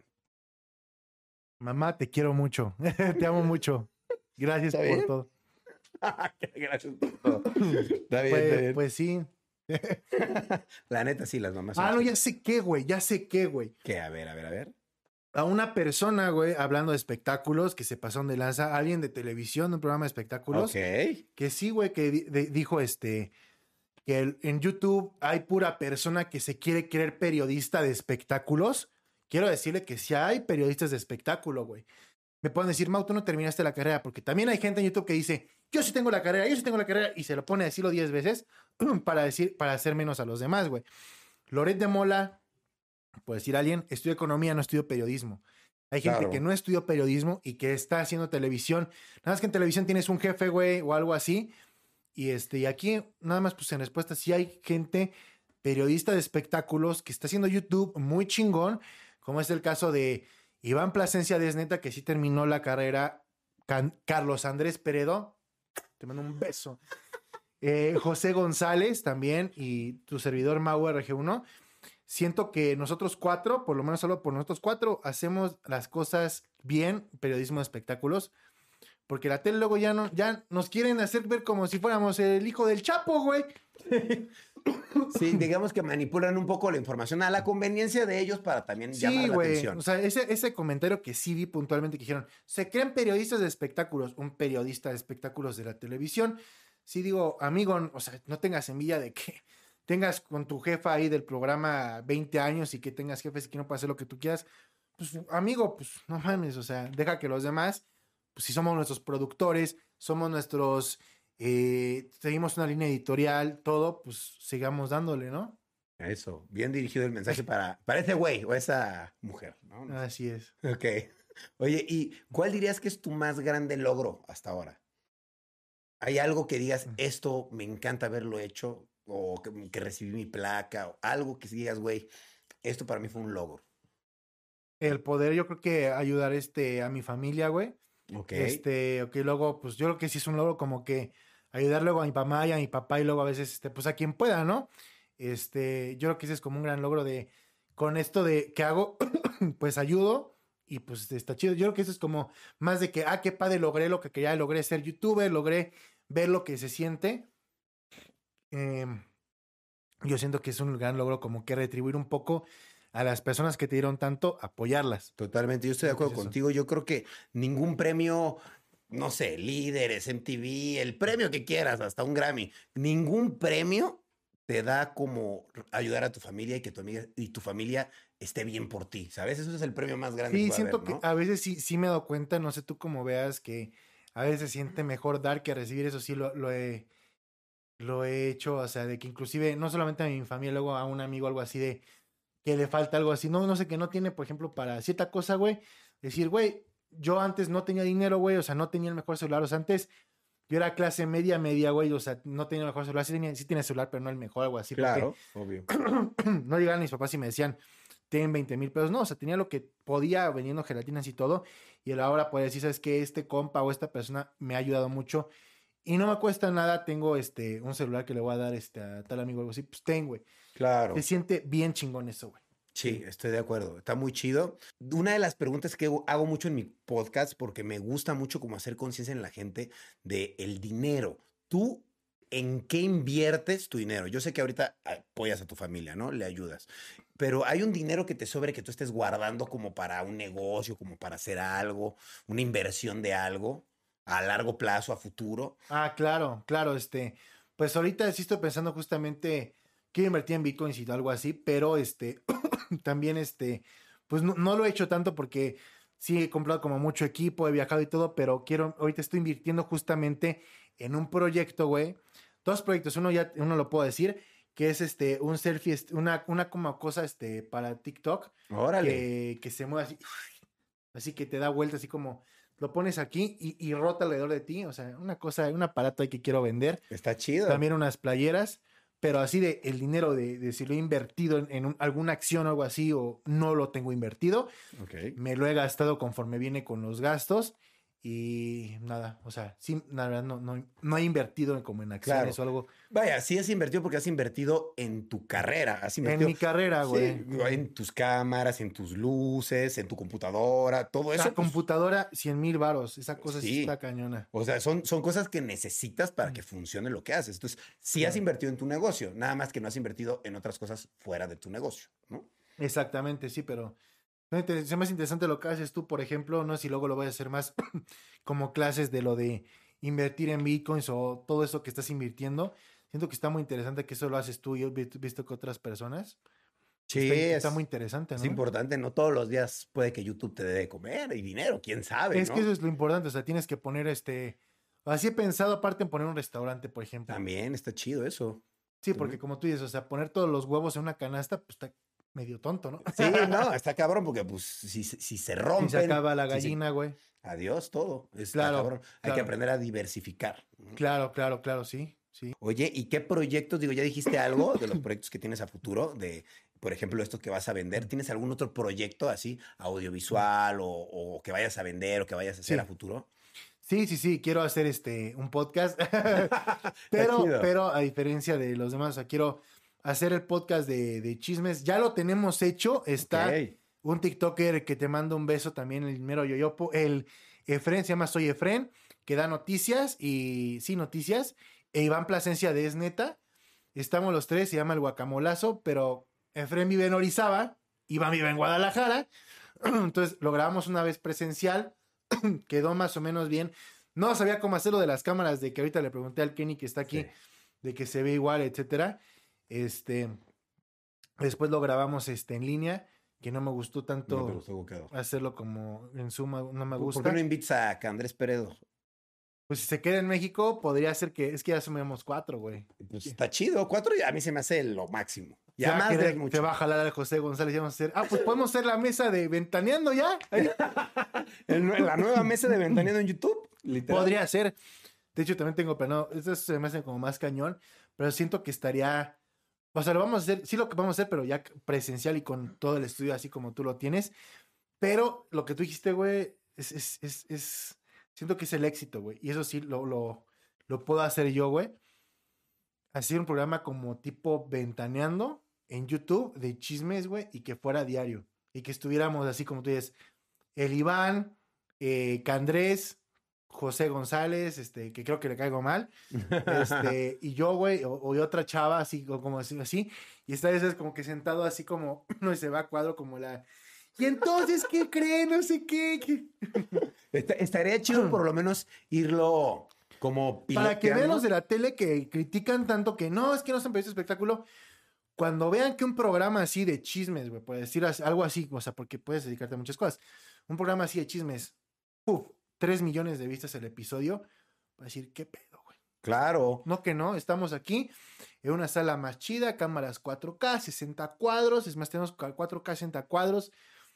Mamá, te quiero mucho. Te amo mucho. Gracias por bien? todo. Gracias por todo. Está bien, Pues, está bien. pues sí. La neta, sí, las mamás son Ah, no, chidas. ya sé qué, güey, ya sé qué, güey. ¿Qué? A ver, a ver, a ver. A una persona, güey, hablando de espectáculos, que se pasaron de lanza, alguien de televisión, de un programa de espectáculos, Ok. que sí, güey, que di- de- dijo este, que el- en YouTube hay pura persona que se quiere creer periodista de espectáculos. Quiero decirle que sí hay periodistas de espectáculo, güey. Me pueden decir, Mau, tú no terminaste la carrera, porque también hay gente en YouTube que dice, yo sí tengo la carrera, yo sí tengo la carrera, y se lo pone a decirlo diez veces para decir, para hacer menos a los demás, güey. Loret de Mola, puede decir alguien, estudio economía, no estudio periodismo. Hay gente Claro. que no estudió periodismo y que está haciendo televisión. Nada más que en televisión tienes un jefe, güey, o algo así. Y este, y aquí, nada más, pues en respuesta, sí hay gente periodista de espectáculos que está haciendo YouTube muy chingón, como es el caso de Iván Plasencia Desneta, que sí terminó la carrera. Can- Carlos Andrés Peredo, te mando un beso. Eh, José González también y tu servidor Mau R G uno. Siento que nosotros cuatro, por lo menos solo por nosotros cuatro, hacemos las cosas bien, periodismo de espectáculos, porque la tele luego ya no, ya nos quieren hacer ver como si fuéramos el hijo del Chapo, güey. Sí, digamos que manipulan un poco la información a la conveniencia de ellos para también llamar Sí, la güey. atención. O sea, ese, ese comentario que sí vi puntualmente que dijeron, se creen periodistas de espectáculos, un periodista de espectáculos de la televisión. Sí digo, amigo, o sea, no tengas envidia de que tengas con tu jefa ahí del programa veinte años y que tengas jefes y que no puedas hacer lo que tú quieras. Pues, amigo, pues no mames, o sea, deja que los demás, pues si somos nuestros productores, somos nuestros, eh, seguimos una línea editorial, todo, pues sigamos dándole, ¿no? Eso, bien dirigido el mensaje para, para ese güey o esa mujer, ¿no? No sé. Así es. Ok. Oye, ¿y cuál dirías que es tu más grande logro hasta ahora? ¿Hay algo que digas, esto me encanta haberlo hecho? O que, que recibí mi placa, o algo que digas, güey, esto para mí fue un logro. El poder, yo creo que ayudar este, a mi familia, güey. Ok. Este, ok, luego, pues yo creo que sí es un logro como que ayudar luego a mi mamá y a mi papá y luego a veces, este, pues a quien pueda, ¿no? Este, yo creo que ese es como un gran logro de, con esto de que hago, pues ayudo y pues está chido. Yo creo que eso es como más de que, ah, qué padre, logré lo que quería, logré ser youtuber, logré ver lo que se siente. Eh, yo siento que es un gran logro como que retribuir un poco a las personas que te dieron tanto, apoyarlas. Totalmente, yo estoy de Creo que acuerdo es eso. contigo. Yo creo que ningún premio, no sé, líderes, M T V, el premio que quieras, hasta un Grammy, ningún premio te da como ayudar a tu familia y que tu amiga y tu familia esté bien por ti, ¿sabes? Eso es el premio más grande que Sí, puede haber, siento que ¿no? a veces sí, sí me he dado cuenta, no sé tú cómo veas, que a veces se siente mejor dar que recibir, eso sí lo, lo he, lo he hecho, o sea, de que inclusive no solamente a mi familia, luego a un amigo algo así de que le falta algo así, no, no sé, que no tiene, por ejemplo, para cierta cosa, güey, decir, güey, yo antes no tenía dinero, güey, o sea, no tenía el mejor celular, o sea, antes yo era clase media, media, güey, o sea, no tenía el mejor celular, sí tenía, sí tenía celular, pero no el mejor, algo así, porque Claro, obvio. no llegaban mis papás y me decían, tienen veinte mil pesos. No, o sea, tenía lo que podía vendiendo gelatinas y todo. Y ahora puede decir, sabes que este compa o esta persona me ha ayudado mucho. Y no me cuesta nada. Tengo este un celular que le voy a dar este, a tal amigo o algo así. Pues ten, güey. Se Claro. siente bien chingón eso, güey. Sí, estoy de acuerdo. Está muy chido. Una de las preguntas que hago mucho en mi podcast, porque me gusta mucho como hacer conciencia en la gente de el dinero. ¿Tú en qué inviertes tu dinero? Yo sé que ahorita apoyas a tu familia, ¿no? Le ayudas. Pero hay un dinero que te sobre que tú estés guardando como para un negocio, como para hacer algo, una inversión de algo a largo plazo, a futuro. Ah, claro, claro. Este, pues ahorita sí estoy pensando justamente, quiero invertir en bitcoins y algo así, pero este, también este, pues no, no lo he hecho tanto porque sí he comprado como mucho equipo, he viajado y todo, pero quiero, ahorita estoy invirtiendo justamente en un proyecto, güey. Dos proyectos, uno ya, uno lo puedo decir, que es este, un selfie, este, una, una como cosa, este, para TikTok, Órale, que, que se mueve así, así que te da vuelta, así como lo pones aquí y, y rota alrededor de ti, o sea, una cosa, un aparato ahí que quiero vender, está chido. también unas playeras, pero así de el dinero de, de si lo he invertido en, en un- alguna acción o algo así o no lo tengo invertido, Ok. me lo he gastado conforme viene con los gastos y nada, o sea, sí, la verdad no, no, no he invertido en- como en acciones Claro. o algo Vaya, sí has invertido porque has invertido en tu carrera, has en invertido, mi carrera, sí, güey. Sí. en tus cámaras, en tus luces, en tu computadora, todo La eso, pues computadora, cien mil varos, esa cosa sí está sí. cañona. O sea, son, son cosas que necesitas para que funcione lo que haces. Entonces, sí has Claro. invertido en tu negocio, nada más que no has invertido en otras cosas fuera de tu negocio, ¿no? Exactamente, sí, pero me inter- se me hace interesante lo que haces tú, por ejemplo, no sé si luego lo voy a hacer más como clases de lo de invertir en bitcoins o todo eso que estás invirtiendo. Siento que está muy interesante que eso lo haces tú y yo he vi- visto que otras personas. Sí, Está, in- está muy es, interesante, es ¿no? importante. No todos los días puede que YouTube te dé de comer y dinero, quién sabe, Es que eso ¿no? es lo importante, o sea, tienes que poner este... Así he pensado aparte en poner un restaurante, por ejemplo. También está chido eso. Sí, porque También. como tú dices, o sea, poner todos los huevos en una canasta, pues está medio tonto, ¿no? Sí, no, está cabrón porque pues si, se- si se Si se rompen, acaba la si se... gallina, güey. Adiós todo, está Claro, cabrón. Hay que claro, aprender a diversificar. Ujú. claro, claro, claro, sí, sí. Oye, ¿y qué proyectos? Digo, ya dijiste algo de los proyectos que tienes a futuro, de, por ejemplo, estos que vas a vender. ¿Tienes algún otro proyecto así, audiovisual o, o que vayas a vender o que vayas a hacer a Sí, futuro? sí, sí, sí, quiero hacer este un podcast, Está pero, chido. pero a diferencia de los demás, o sea, quiero hacer el podcast de, de chismes. Ya lo tenemos hecho, Ok. está un TikToker que te manda un beso también, el mero Yoyopo, el Efren, se llama Soy Efren, que da noticias y sí, noticias, e Iván Plasencia de Es Neta, estamos los tres, se llama El Guacamolazo, pero Efren vive en Orizaba, Iván vive en Guadalajara, entonces lo grabamos una vez presencial, quedó más o menos bien. No sabía cómo hacerlo de las cámaras, de que ahorita le pregunté al Kenny que está Sí. aquí, de que se ve igual, etcétera. Este, después lo grabamos este, en línea, que no me gustó No te tanto gustó cómo quedó. hacerlo como en suma, no me ¿Por por qué gusta. no invitas a Andrés Peredo? Pues si se queda en México, podría ser que, es que ya sumamos cuatro, güey. Pues está chido. Cuatro y a mí se me hace lo máximo. Se Ya va a más de querer, se mucho. va a jalar al José González y vamos a hacer, ah, pues podemos hacer la mesa de Ventaneando ya. En la nueva mesa de Ventaneando en YouTube, literal. Podría ser. De hecho, también tengo planeado, estos se me hacen como más cañón, pero siento que estaría, o sea, lo vamos a hacer, sí lo que vamos a hacer, pero ya presencial y con todo el estudio así como tú lo tienes. Pero lo que tú dijiste, güey, es, es, es, es siento que es el éxito, güey. Y eso sí lo, lo, lo puedo hacer yo, güey. Hacer un programa como tipo Ventaneando en YouTube de chismes, güey, y que fuera diario. Y que estuviéramos así como tú dices, el Iván, eh, Candrés, José González, este, que creo que le caigo mal, este, y yo, güey, o, o otra chava, así, o como así, así, y esta vez es como que sentado así como, no se va a cuadro como la, y entonces, ¿qué creen? No sé qué, qué. Est- Estaría chido por lo menos irlo como Para que vean piloteando. los de la tele que critican tanto que no, es que no se periodistas de espectáculo, cuando vean que un programa así de chismes, güey, por decir as- algo así, o sea, porque puedes dedicarte a muchas cosas, un programa así de chismes, puf, tres millones de vistas el episodio, va a decir, ¿qué pedo, güey? Claro. No que no, estamos aquí en una sala más chida, cámaras cuatro K, sesenta cuadros, es más, tenemos cuatro K, sesenta cuadros,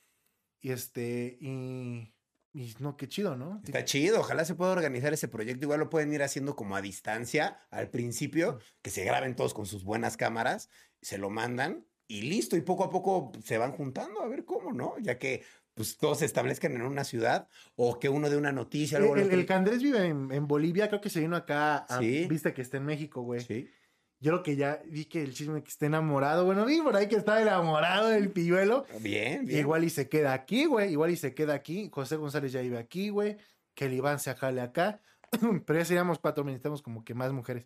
y este, y, y no, qué chido, ¿no? Está chido, ojalá se pueda organizar ese proyecto. Igual lo pueden ir haciendo como a distancia al principio, que se graben todos con sus buenas cámaras, se lo mandan y listo. Y poco a poco se van juntando a ver cómo, ¿no? Ya que pues todos se establezcan en una ciudad o que uno dé una noticia. El, Luego el el, otro- el Candrés vive en, en Bolivia, creo que se vino acá, a, Sí. viste que está en México, güey. Sí. Yo lo que ya vi que el chisme que está enamorado, bueno, vi por ahí que está enamorado del pilluelo. Bien, bien. Igual y se queda aquí, güey, igual y se queda aquí. José González ya vive aquí, güey. Que el Iván se jale acá. Pero ya seríamos cuatro, necesitamos como que más mujeres.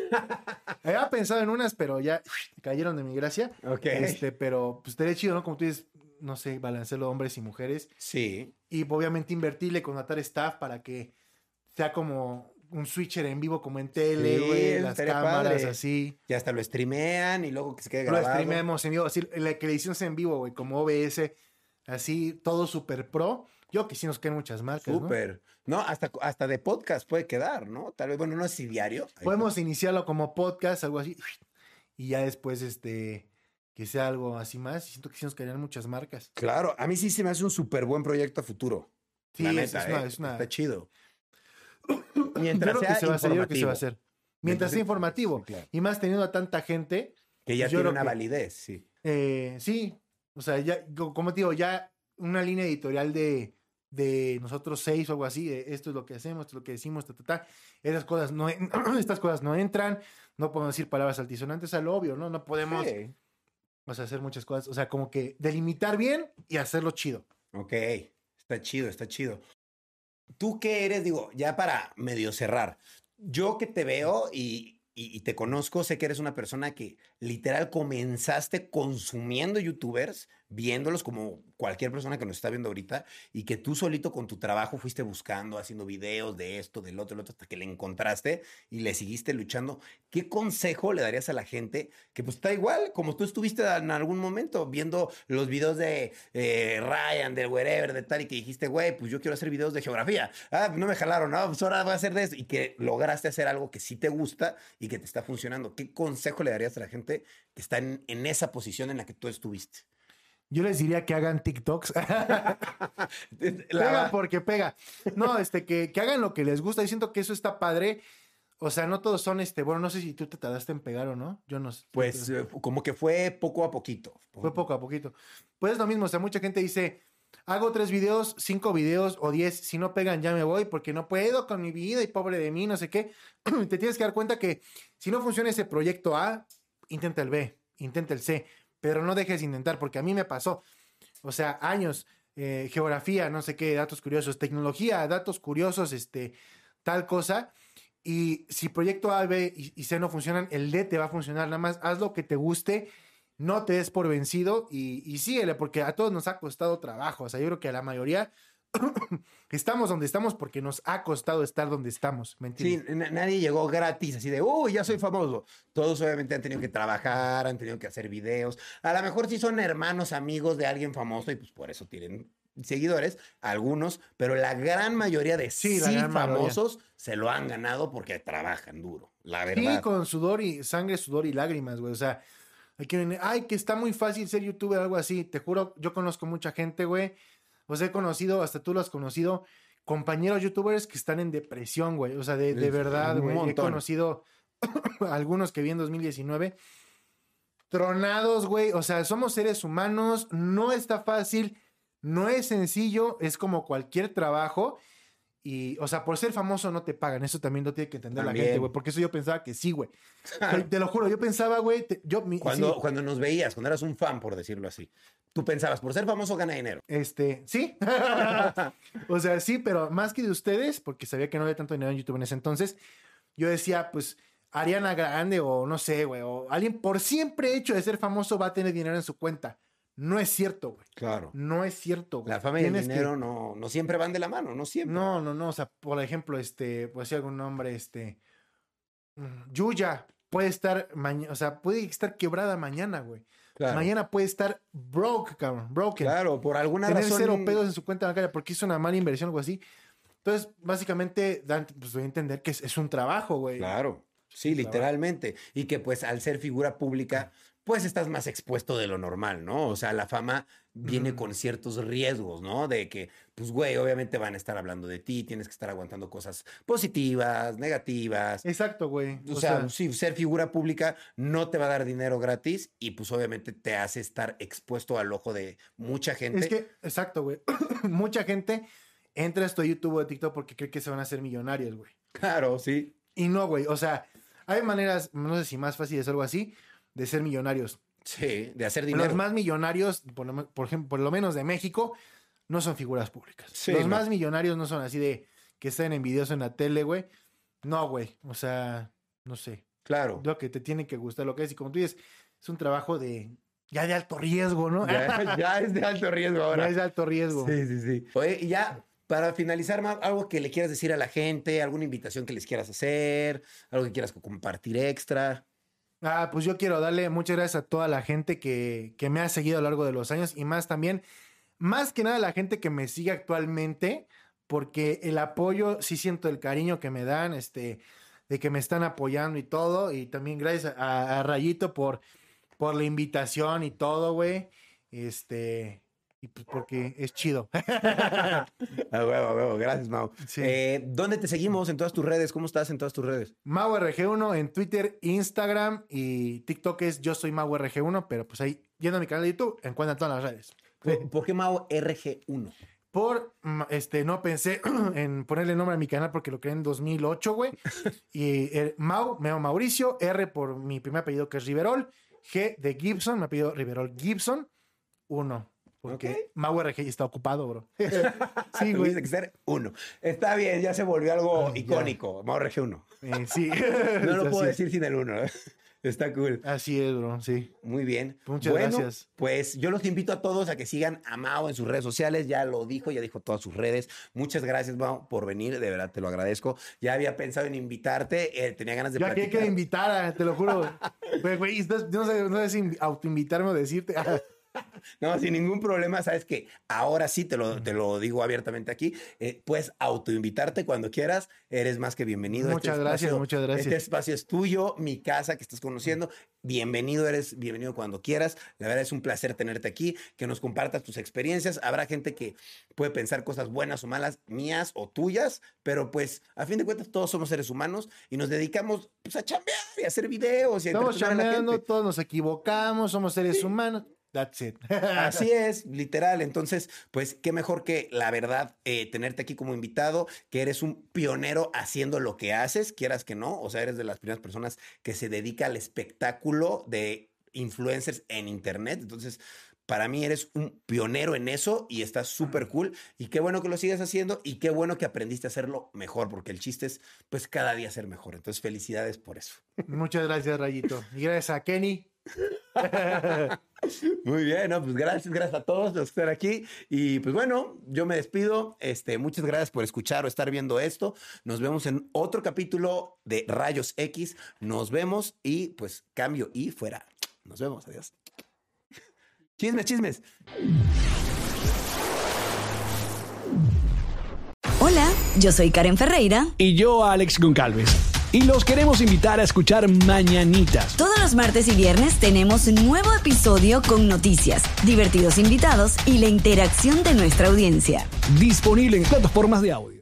Había pensado en unas, pero ya cayeron de mi gracia. Ok. Este, pero pues estaría chido, ¿no? Como tú dices, no sé, balancearlo hombres y mujeres. Sí. Y obviamente invertirle, contratar staff para que sea como un switcher en vivo, como en tele, Sí, güey, eso las estaría cámaras padre. así. Y hasta lo streamean y luego que se quede Lo grabado. streamemos en vivo, así, la que le hicimos en vivo, güey, como O B S, así, todo super pro. Yo que sí nos quedan muchas marcas, ¿no? Súper. No, hasta, hasta de podcast puede quedar, ¿no? Tal vez, bueno, no es si diario. Ahí Podemos iniciarlo como podcast, algo así, y ya después, este, que sea algo así más. Siento que sí nos quedarían muchas marcas. Claro, a mí sí se me hace un súper buen proyecto a futuro. Sí, La es- neta, es una- ¿eh? es una- Está chido. Yo Mientras creo que sea se va a hacer, yo creo que se va a informativo. hacer. Mientras sea Mientras- informativo. Sí, claro. Y más teniendo a tanta gente, Que ya Yo tiene creo una que- validez, sí. eh, sí, o sea, ya, co- como te digo, ya una línea editorial de, de nosotros seis o algo así, de esto es lo que hacemos, esto es lo que decimos, ta, ta, ta. Esas cosas no, en- estas cosas no entran, no podemos decir palabras altisonantes al obvio, ¿no? No podemos, Sí. o sea, hacer muchas cosas, o sea, como que delimitar bien y hacerlo chido. Ok, está chido, está chido. ¿Tú qué eres? Digo, ya para medio cerrar. Yo que te veo y, y- y te conozco, sé que eres una persona que literal comenzaste consumiendo youtubers, viéndolos como cualquier persona que nos está viendo ahorita, y que tú solito con tu trabajo fuiste buscando, haciendo videos de esto, del otro, del otro, hasta que le encontraste y le seguiste luchando. ¿Qué consejo le darías a la gente que pues está igual como tú estuviste en algún momento viendo los videos de eh, Ryan, del wherever, de tal, y que dijiste, güey, pues yo quiero hacer videos de geografía? Ah, no me jalaron, no, pues ahora voy a hacer de eso, y que lograste hacer algo que sí te gusta y que te está funcionando. ¿Qué consejo le darías a la gente que está en, en esa posición en la que tú estuviste? Yo les diría que hagan TikToks. Pega porque pega. No, este, que, que hagan lo que les gusta. Y siento que eso está padre. O sea, no todos son, este, bueno, no sé si tú te tardaste en pegar o no. Yo no sé. Pues eh, como que fue poco a poquito. Fue poco a poquito. Pues es lo mismo, o sea, mucha gente dice, hago tres videos, cinco videos o diez, si no pegan ya me voy porque no puedo con mi vida y pobre de mí, no sé qué. Te tienes que dar cuenta que si no funciona ese proyecto A, intenta el B, intenta el C, pero no dejes de intentar porque a mí me pasó. O sea, años, eh, geografía, no sé qué, datos curiosos, tecnología, datos curiosos, este, tal cosa. Y si proyecto A, B y, y C no funcionan, el D te va a funcionar. Nada más haz lo que te guste, no te des por vencido y, y síguele, porque a todos nos ha costado trabajo. O sea, yo creo que a la mayoría estamos donde estamos porque nos ha costado estar donde estamos. ¿Me Sí, entiendes? na- nadie llegó gratis, así de, uy, ya soy famoso. Todos obviamente han tenido que trabajar, han tenido que hacer videos. A lo mejor sí son hermanos, amigos de alguien famoso y pues por eso tienen seguidores, algunos, pero la gran mayoría de Sí, sí, la gran mayoría. famosos se lo han ganado porque trabajan duro, la Sí, verdad. con sudor y sangre, sudor y lágrimas, güey. O sea, hay quien, ay, que está muy fácil ser youtuber, algo así. Te juro, yo conozco mucha gente, güey. O sea, he conocido, hasta tú lo has conocido, compañeros youtubers que están en depresión, güey. O sea, de, de Es verdad, un güey. He montón. conocido algunos que vi en dos mil diecinueve. Tronados, güey. O sea, somos seres humanos. No está fácil. No es sencillo. Es como cualquier trabajo. Y, o sea, por ser famoso no te pagan. Eso también lo tiene que entender También. la gente, güey. Porque eso yo pensaba que sí, güey. Te, te lo juro, yo pensaba, güey. te- Yo, mi- Cuando, sí, cuando nos veías, cuando eras un fan, por decirlo así, tú pensabas, por ser famoso gana dinero. este, sí. O sea, sí, pero más que de ustedes, porque sabía que no había tanto dinero en YouTube en ese entonces, yo decía, pues, Ariana Grande o no sé, güey, o alguien por siempre hecho de ser famoso va a tener dinero en su cuenta. No es cierto, güey. Claro. No es cierto, güey. La fama y el Tienes que- dinero no, no siempre van de la mano, no siempre. No, no, no. O sea, por ejemplo, este, pues decir algún nombre, este. mm, Yuya puede estar mañana, o sea, puede estar quebrada mañana, güey. Claro. Mañana puede estar broke, cabrón, broken. Claro, por alguna Tener razón. cero pedos en su cuenta bancaria porque hizo una mala inversión o algo así. Entonces, básicamente, dan, pues voy a entender que es, es un trabajo, güey. Claro, sí, Claro. literalmente. Y que pues al ser figura pública, pues estás más expuesto de lo normal, ¿no? O sea, la fama viene Mm. con ciertos riesgos, ¿no? De que, pues, güey, obviamente van a estar hablando de ti, tienes que estar aguantando cosas positivas, negativas. Exacto, güey. O, sea, sí, ser figura pública no te va a dar dinero gratis y pues obviamente te hace estar expuesto al ojo de mucha gente. es que, exacto, güey. Mucha gente entra a esto de YouTube o de TikTok porque cree que se van a hacer millonarios, güey. Claro, sí. Y no, güey. O sea, hay maneras, no sé si más fáciles o algo así, de ser millonarios. Sí, de hacer dinero. Los más millonarios, por lo, me- por ejemplo, por lo menos de México, no son figuras públicas. Sí, Los no. más millonarios no son así de que estén en videos en la tele, güey. No, güey. O sea, no sé. Claro. Lo que te tiene que gustar, lo que es. Y como tú dices, es un trabajo de ya de alto riesgo, ¿no? Ya, ya es de alto riesgo ahora. Ya es de alto riesgo. Sí, sí, sí. Oye, y ya para finalizar, Mau, algo que le quieras decir a la gente, alguna invitación que les quieras hacer, algo que quieras compartir extra. Ah, pues yo quiero darle muchas gracias a toda la gente que, que me ha seguido a lo largo de los años y más también, más que nada la gente que me sigue actualmente, porque el apoyo, sí siento el cariño que me dan, este, de que me están apoyando y todo, y también gracias a, a Rayito por, por la invitación y todo, güey, este, y pues porque es chido. A huevo, a huevo. Gracias, Mau. Sí. Eh, ¿dónde te seguimos en todas tus redes? ¿Cómo estás en todas tus redes? Mau R G uno en Twitter, Instagram y TikTok es yo soy Mau R G uno, pero pues ahí, yendo a mi canal de YouTube, encuentran todas las redes. ¿Por, por qué Mau R G uno? Por, mm, este, no pensé en ponerle nombre a mi canal porque lo creé en dos mil ocho, güey. Y eh, Mau, me llamo Mauricio, R por mi primer apellido que es Riverol, G de Gibson, me apellido Riverol Gibson, uno. Porque Ok. Mau R G ya está ocupado, bro. Sí, Tuviste güey. que ser uno. Está bien, ya se volvió algo Ay, ya. icónico. Mau R G uno. Eh, sí. No lo Así puedo es. decir sin el uno. Está cool. Así es, bro, sí. Muy bien. Muchas Bueno, gracias. Pues yo los invito a todos a que sigan a Mau en sus redes sociales. Ya lo dijo, ya dijo todas sus redes. Muchas gracias, Mau, por venir. De verdad te lo agradezco. Ya había pensado en invitarte. eh, tenía ganas de Ya que platicar. que invitar, te lo juro. Güey, güey, estás- no sé, no sé si autoinvitarme o decirte. No, sin ningún problema. Sabes que ahora sí te lo, te lo digo abiertamente aquí. eh, puedes autoinvitarte cuando quieras. Eres más que bienvenido. Muchas gracias, muchas gracias. Este espacio es tuyo, mi casa que estás conociendo. Bienvenido, eres bienvenido cuando quieras. La verdad es un placer tenerte aquí, que nos compartas tus experiencias. Habrá gente que puede pensar cosas buenas o malas, mías o tuyas, pero pues a fin de cuentas todos somos seres humanos y nos dedicamos pues, a chambear y a hacer videos y a Estamos entretener a la chameando, gente. todos nos equivocamos, somos seres humanos. That's it. Así es, literal. Entonces, pues qué mejor que la verdad eh, tenerte aquí como invitado, que eres un pionero haciendo lo que haces, quieras que no. O sea, eres de las primeras personas que se dedica al espectáculo de influencers en Internet. Entonces, para mí eres un pionero en eso y estás súper cool. Y qué bueno que lo sigas haciendo y qué bueno que aprendiste a hacerlo mejor, porque el chiste es, pues, cada día ser mejor. Entonces, felicidades por eso. Muchas gracias, Rayito. Y gracias a Kenny. Muy bien, ¿no? Pues gracias, gracias a todos por estar aquí. Y pues bueno, yo me despido. Este, muchas gracias por escuchar o estar viendo esto. Nos vemos en otro capítulo de Rayos X. Nos vemos y pues cambio y fuera. Nos vemos, adiós. Chismes, chismes. Hola, yo soy Karen Ferreira. Y yo, Alex Goncalves. Y los queremos invitar a escuchar Mañanitas. Todos los martes y viernes tenemos un nuevo episodio con noticias, divertidos invitados y la interacción de nuestra audiencia. Disponible en plataformas de audio.